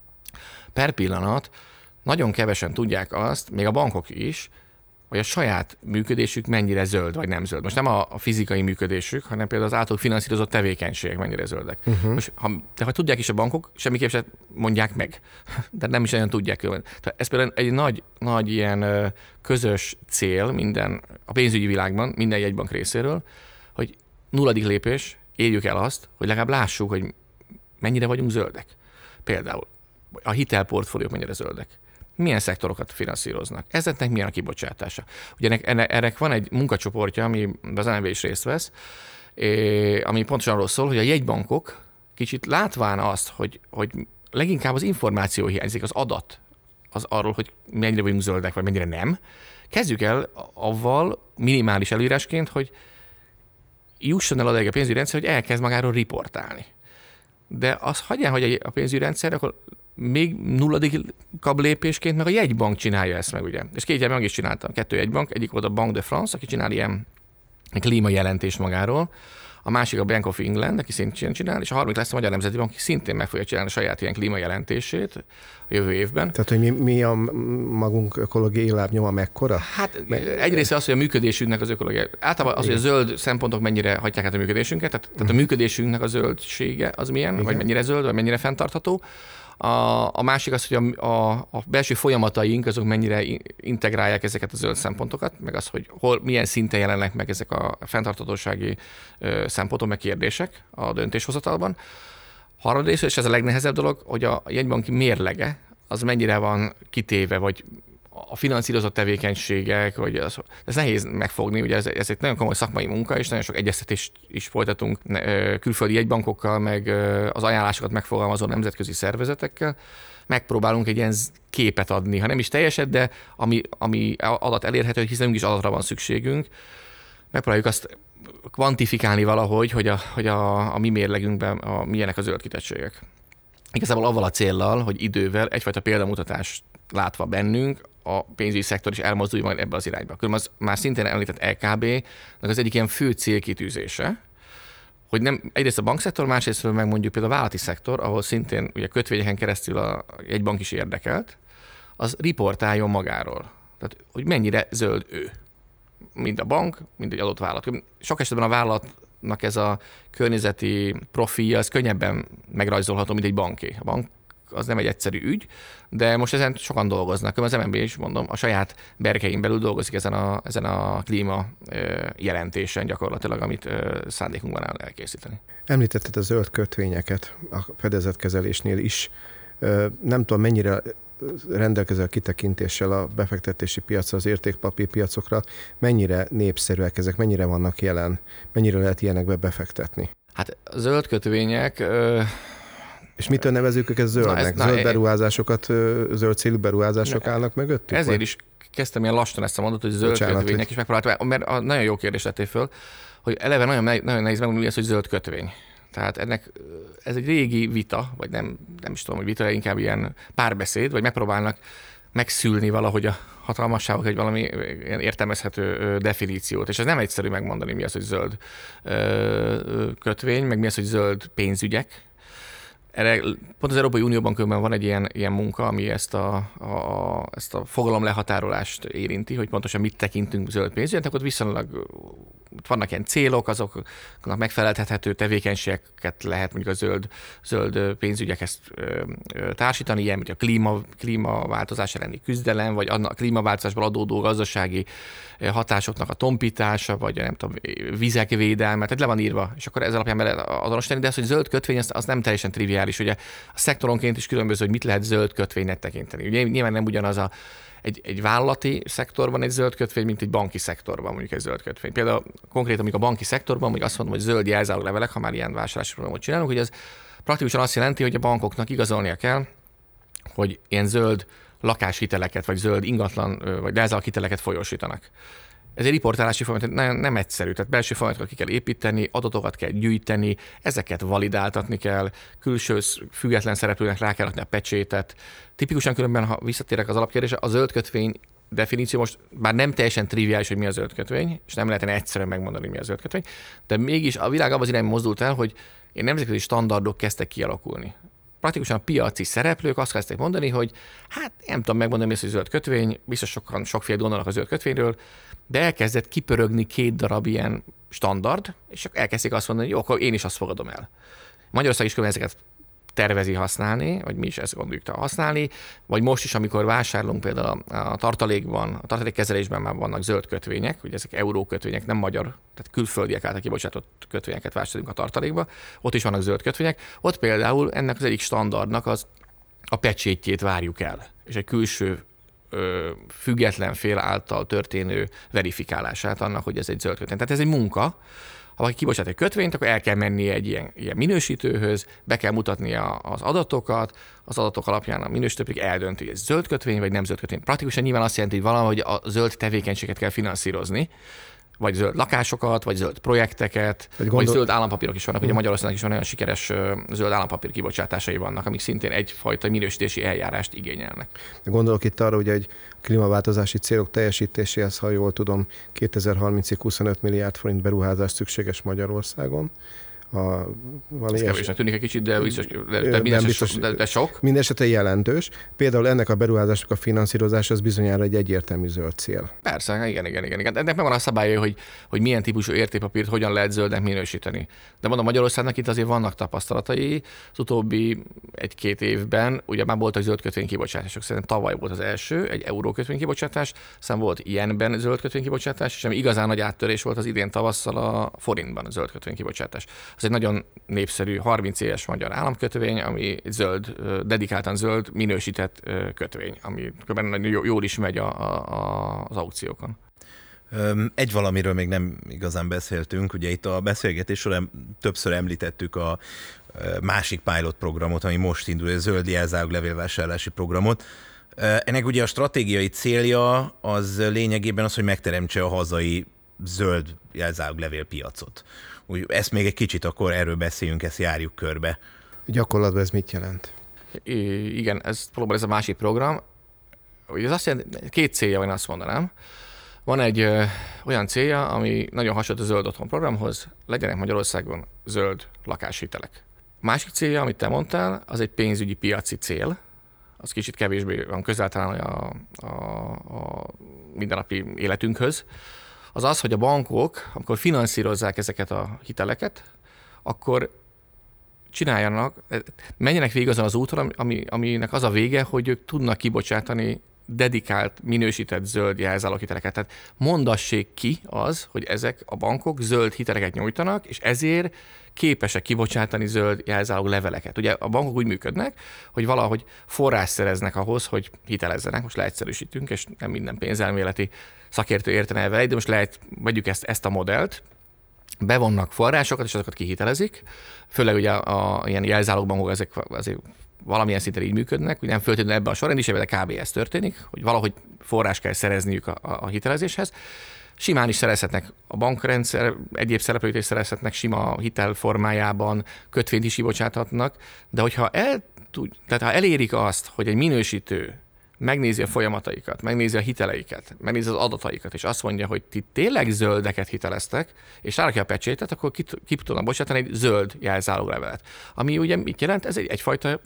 Per pillanat nagyon kevesen tudják azt, még a bankok is, hogy a saját működésük mennyire zöld, vagy nem zöld. Most nem a fizikai működésük, hanem például az általuk finanszírozott tevékenységek mennyire zöldek. Most, ha tudják is a bankok, semmiképp sem mondják meg. De nem is olyan tudják. Tehát ez például egy nagy ilyen közös cél a pénzügyi világban, minden jegybank részéről, hogy nulladik lépés, érjük el azt, hogy legalább lássuk, hogy mennyire vagyunk zöldek. Például a hitelportfóliók mennyire zöldek. Milyen szektorokat finanszíroznak. Ezeknek milyen a kibocsátása. Ugye ennek van egy munkacsoportja, ami az MNB is részt vesz, ami pontosan arról szól, hogy a jegybankok kicsit látván azt, hogy leginkább az információ hiányzik, az adat az arról, hogy mennyire vagyunk zöldek, vagy mennyire nem. Kezdjük el avval minimális előírásként, hogy jusson el odaig a pénzügyi rendszer, hogy elkezd magáról riportálni. De az hagyján, hogy a pénzügyi rendszer, akkor még nulladikabb lépésként meg a jegybank csinálja ezt meg, ugye. És két meg is csináltam, 2 jegybank, egyik volt a Banque de France, aki csinál ilyen klímajelentés magáról, a másik a Bank of England, aki szintén csinál, és a harmadik lesz a Magyar Nemzeti Bank, aki szintén meg fogja csinálni a saját ilyen klímajelentését a jövő évben. Tehát, hogy mi a magunk ökológiai lábnyoma mekkora? Hát egyrészt az, hogy a működésünknek az ökológiai, általában az, hogy a zöld szempontok mennyire hagyják át a működésünket, tehát a működésünknek a zöldsége az milyen, igen, vagy mennyire zöld, vagy mennyire fenntartható. A másik az, hogy a belső folyamataink azok mennyire integrálják ezeket a zöld szempontokat, meg az, hogy milyen szinten jelennek meg ezek a fenntarthatósági szempontok, meg kérdések a döntéshozatalban. Harmadrészt, és ez a legnehezebb dolog, hogy a jegybanki mérlege az mennyire van kitéve, vagy a finanszírozott tevékenységek, vagy ez nehéz megfogni, ugye ez egy nagyon komoly szakmai munka, és nagyon sok egyeztetést is folytatunk külföldi jegybankokkal, meg az ajánlásokat megfogalmazó nemzetközi szervezetekkel. Megpróbálunk egy ilyen képet adni, ha nem is teljeset, de ami adat elérhető, hiszen is adatra van szükségünk. Megpróbáljuk azt kvantifikálni valahogy, hogy a mi mérlegünkben milyenek a zöld kitettségek. Igazából avval a céllal, hogy idővel egyfajta példamutatást látva bennünk, a pénzügyi szektor is elmozdulj majd ebbe az irányba. Különben az már szintén említett LKB-nek az egyik ilyen fő célkitűzése, hogy nem egyrészt a bankszektor, másrészt meg mondjuk például a vállalati szektor, ahol szintén ugye kötvényeken keresztül egy bank is érdekelt, az riportáljon magáról. Tehát, hogy mennyire zöld ő. Mind a bank, mind egy adott vállalat. Sok esetben a vállalatnak ez a környezeti profilja, ez könnyebben megrajzolható, mint egy banké. A bank az nem egy egyszerű ügy, de most ezen sokan dolgoznak. Az MNB is, mondom, a saját berkein belül dolgozik ezen a klíma jelentésen gyakorlatilag, amit szándékunkban áll elkészíteni. Említetted a zöld kötvényeket a fedezetkezelésnél is. Nem tudom, mennyire rendelkezel kitekintéssel a befektetési piacra, az értékpapírpiacokra, mennyire népszerűek ezek, mennyire vannak jelen, mennyire lehet ilyenekbe befektetni? Hát zöld kötvények... És mitől nevezzük őket zöldnek? Zöld beruházásokat, zöld célú beruházások állnak mögöttük? Ezért vagy? Is kezdtem ilyen lassan ezt a mondatot, hogy zöld kötvények, és megpróbáltam, mert nagyon jó kérdést tettél föl, hogy eleve nagyon nehéz megmondani, hogy zöld kötvény. Tehát ez egy régi vita, vagy nem is tudom, hogy vita, inkább ilyen párbeszéd, vagy megpróbálnak megszülni valahogy a hatalmasságok egy valami ilyen értelmezhető definíciót. És ez nem egyszerű megmondani, mi az, hogy zöld kötvény, meg mi az, hogy zöld pénzügyek. Erre pont az Európai Unióban különben van egy ilyen munka, ami ezt a fogalom lehatárolást érinti, hogy pontosan mit tekintünk zöld pénzügynek, ott viszonylag vannak ilyen célok, azoknak megfeleltethető tevékenységeket lehet mondjuk a zöld pénzügyekhez társítani, ilyen, mint a klímaváltozás elleni küzdelem, vagy a klímaváltozásból adódó gazdasági hatásoknak a tompítása, vagy nem tudom, vizek védelme, tehát le van írva, és akkor ez alapján lehet azonosítani, de az, hogy zöld kötvény, az nem teljesen triviális. Ugye a szektoronként is különböző, hogy mit lehet zöld kötvénynek tekinteni. Ugye nyilván nem ugyanaz egy vállalati szektorban egy zöld kötvény, mint egy banki szektorban mondjuk egy zöld kötvény. Például konkrétan mondjuk a banki szektorban, mondjuk azt mondom, hogy zöld jelzáloglevelek, ha már ilyen vásárlási programot csinálunk, hogy ez praktikusan azt jelenti, hogy a bankoknak igazolnia kell, hogy ilyen zöld lakáshiteleket, vagy zöld ingatlan, vagy jelzáloghiteleket folyósítanak. Ez egy riportálási folyamat, nem egyszerű, tehát belső folyamatokat ki kell építeni, adatokat kell gyűjteni, ezeket validáltatni kell, külső független szereplőnek rá kell adni a pecsétet. Tipikusan különben, ha visszatérek az alapkérdésre, a zöld kötvény definíció most bár nem teljesen triviális, hogy mi a zöld kötvény, és nem lehetne egyszerűen megmondani, mi a zöld kötvény, de mégis a világ abban az irányban mozdult el, hogy nemzetközi standardok kezdtek kialakulni. Praktikusan a piaci szereplők azt kezdték mondani, hogy hát nem tudom megmondani, mi az, hogy zöld kötvény, biztos sokan sokféle gondolnak a zöld kötvényről, de elkezdett kipörögni 2 darab ilyen standard, és elkezdték azt mondani, hogy jó, akkor én is azt fogadom el. Magyarország is ezeket tervezi használni, vagy mi is ezt gondoljuk használni, vagy most is, amikor vásárlunk például a tartalékban, a tartalékkezelésben már vannak zöld kötvények, ugye ezek eurókötvények, nem magyar, tehát külföldiek által kibocsátott kötvényeket vásárolunk a tartalékba, ott is vannak zöld kötvények, ott például ennek az egyik standardnak a pecsétjét várjuk el, és egy külső független fél által történő verifikálását annak, hogy ez egy zöld kötvény. Tehát ez egy munka. Ha valaki kibocsát egy kötvényt, akkor el kell mennie egy ilyen minősítőhöz, be kell mutatnia az adatokat, az adatok alapján a minősítő pedig eldönti, hogy ez zöld kötvény vagy nem zöld kötvény. Praktikusan nyilván azt jelenti, hogy valahogy a zöld tevékenységet kell finanszírozni, vagy zöld lakásokat, vagy zöld projekteket, vagy zöld állampapírok is vannak. Ugye Magyarországnak is van olyan sikeres zöld állampapír kibocsátásai vannak, amik szintén egyfajta minősítési eljárást igényelnek. Gondolok itt arra, hogy egy klímaváltozási célok teljesítéséhez, ha jól tudom, 2030-ig 25 milliárd forint beruházás szükséges Magyarországon. Ez kevésnek tűnik egy kicsit, de biztos, de sok. Mindenesetre jelentős. Például ennek a beruházásnak a finanszírozása az bizonyára egy egyértelmű zöld cél. Persze, igen. Ennek megvan a szabálya, hogy milyen típusú értékpapírt hogyan lehet zöldnek minősíteni. De mondom, Magyarországnak itt azért vannak tapasztalatai. Az utóbbi 1-2 évben ugye már voltak zöld kötvénykibocsátások. Szerintem tavaly volt az első, egy eurókötvénykibocsátás, aztán volt ilyenben zöld kötvénykibocsátás, és ami igazán nagy áttörés volt az idén tavasszal a forintban a zöld kötvénykibocsátás. Ez egy nagyon népszerű 30 éves magyar államkötvény, ami zöld, dedikáltan zöld minősített kötvény, ami nagyon jól is megy az aukciókon. Egy valamiről még nem igazán beszéltünk, ugye itt a beszélgetés során többször említettük a másik pilot programot, ami most indul, a zöld jelzálog levélvásárlási programot. Ennek ugye a stratégiai célja az lényegében az, hogy megteremtse a hazai zöld jelzálog levélpiacot. Úgy, ezt még egy kicsit akkor erről beszéljünk, ezt járjuk körbe. Gyakorlatban ez mit jelent? Igen, valóban ez a másik program. Ez azt jelenti, 2 célja van, azt mondanám. Van egy olyan célja, ami nagyon hasonlít a zöld otthon programhoz, legyenek Magyarországon zöld lakáshitelek. A másik célja, amit te mondtál, az egy pénzügyi piaci cél, az kicsit kevésbé van közel talán a mindennapi életünkhöz. Az az, hogy a bankok, amikor finanszírozzák ezeket a hiteleket, akkor csináljanak, menjenek végig azon az úton, aminek az a vége, hogy ők tudnak kibocsátani dedikált, minősített zöld jelzáloghiteleket. Tehát mondassék ki az, hogy ezek a bankok zöld hiteleket nyújtanak, és ezért képesek kibocsátani zöld jelzálog leveleket. Ugye a bankok úgy működnek, hogy valahogy forrás szereznek ahhoz, hogy hitelezzenek, most leegyszerűsítünk, és nem minden pénzelméleti szakértő értene vele, de most vegyük ezt a modellt, bevonnak forrásokat, és azokat kihitelezik, főleg ugye ilyen jelzálogbankok ezek azért valamilyen szinten így működnek, hogy nem feltétlenül ebben a sorrendisében, de kb. Ez történik, hogy valahogy forrás kell szerezniük a hitelezéshez. Simán is szerezhetnek a bankrendszer, egyéb szereplőt is szerezhetnek sima hitel formájában, kötvényt is kibocsáthatnak, de hogyha ha elérik azt, hogy egy minősítő megnézi a folyamataikat, megnézi a hiteleiket, megnézi az adataikat, és azt mondja, hogy ti tényleg zöldeket hiteleztek, és rárakja a pecsétet, akkor ki tudnak bocsátani egy zöld jelzáloglevelet. Ami ugye mit jelent? Ez egyfajta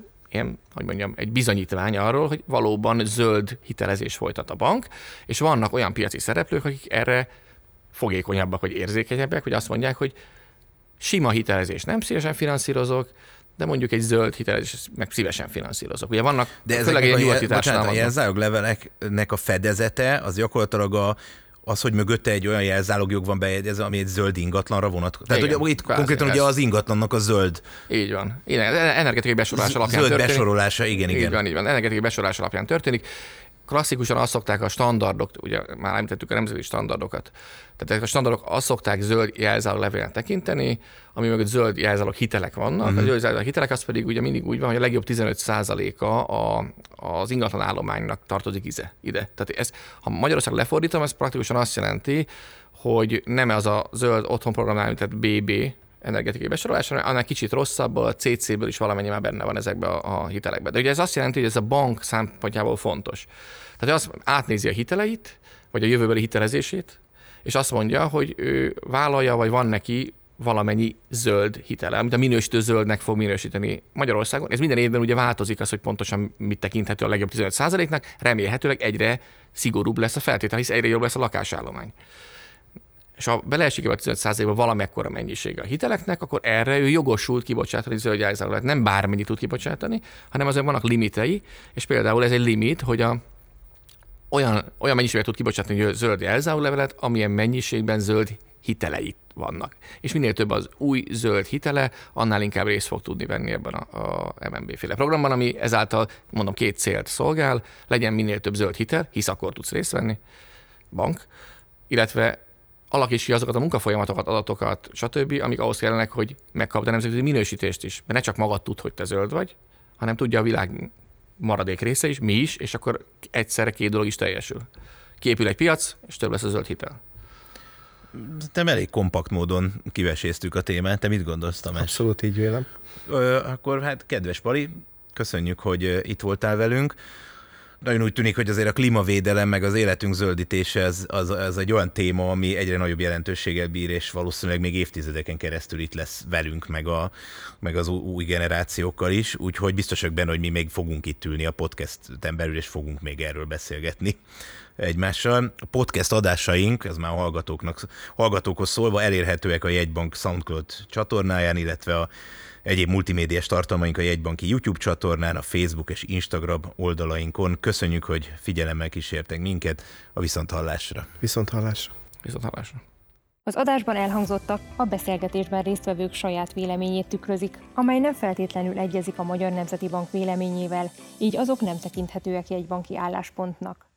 egy bizonyítvány arról, hogy valóban zöld hitelezés folytat a bank, és vannak olyan piaci szereplők, akik erre fogékonyabbak vagy érzékenyebbek, hogy azt mondják, hogy sima hitelezés nem szívesen finanszírozok, de mondjuk egy zöld hitelezés meg szívesen finanszírozok. Ugye vannak, de főleg a jelzálogleveleknek a fedezete, az gyakorlatilag az, hogy mögötte egy olyan jelzálogjog van bejegyezve, ami egy zöld ingatlanra vonatkozik. Tehát ugye, itt konkrétan ugye az ingatlannak a zöld. Így van. Energetikai besorolás alapján zöld történik. besorolása, igen. Így van. Energetikai besorolás alapján történik. Klasszikusan azt szokták a standardok, ugye már említettük a nemzeti standardokat, tehát a standardok azt szokták zöld jelzáloglevélen tekinteni, ami mögött zöld jelzálog hitelek vannak. A zöld jelzálog hitelek az pedig ugye mindig úgy van, hogy a legjobb 15%-a az ingatlan állománynak tartozik ide. Tehát ha Magyarország lefordítom, ez praktikusan azt jelenti, hogy nem az a zöld otthonprogram, tehát BB, energetikai besorolás, annál kicsit rosszabb, a CC-ből is valamennyi már benne van ezekben a hitelekben. De ugye ez azt jelenti, hogy ez a bank szempontjából fontos. Tehát az átnézi a hiteleit, vagy a jövőbeli hitelezését, és azt mondja, hogy ő vállalja, vagy van neki valamennyi zöld hitele, amit a minősítő zöldnek fog minősíteni Magyarországon. Ez minden évben ugye változik az, hogy pontosan mit tekinthető a legjobb 15%-nak, remélhetőleg egyre szigorúbb lesz a feltétel, hisz egyre jobb lesz a lakásállomány. És ha beleesik a 15%-ba valamekkora mennyisége a hiteleknek, akkor erre ő jogosult kibocsátani zöld jelzálogot. Nem bármennyit tud kibocsátani, hanem azért vannak limitei, és például ez egy limit, hogy olyan mennyiséget tud kibocsátani zöld jelzáloglevelet, amilyen mennyiségben zöld hitelei vannak. És minél több az új zöld hitele, annál inkább részt fog tudni venni ebben a MNB-féle programban, ami ezáltal, mondom, 2 célt szolgál, legyen minél több zöld hitel, hisz akkor tudsz részt venni, bank, illetve alakíts ki azokat a munkafolyamatokat, adatokat, stb., amik ahhoz kellenek, hogy megkapd a nemzetközi minősítést is. Mert ne csak magad tud, hogy te zöld vagy, hanem tudja a világ maradék része is, mi is, és akkor egyszerre 2 dolog is teljesül. Kiépül egy piac, és több lesz a zöld hitel. Te elég kompakt módon kiveséztük a témát. Te mit gondolsz, Tamás? Abszolút így vélem. Akkor hát kedves Pali, köszönjük, hogy itt voltál velünk. Nagyon úgy tűnik, hogy azért a klímavédelem meg az életünk zöldítése ez egy olyan téma, ami egyre nagyobb jelentőséggel bír, és valószínűleg még évtizedeken keresztül itt lesz velünk, meg az új generációkkal is, úgyhogy biztosak benne, hogy mi még fogunk itt ülni a podcasten belül, és fogunk még erről beszélgetni egymással. A podcast adásaink, ez már a hallgatókhoz szólva, elérhetőek a Jegybank SoundCloud csatornáján, illetve a egyéb multimédiás tartalmaink a Jegybanki YouTube csatornán, a Facebook és Instagram oldalainkon. Köszönjük, hogy figyelemmel kísértek minket. A viszonthallásra. Viszonthallásra. Az adásban elhangzottak a beszélgetésben résztvevők saját véleményét tükrözik, amely nem feltétlenül egyezik a Magyar Nemzeti Bank véleményével, így azok nem tekinthetőek jegybanki álláspontnak.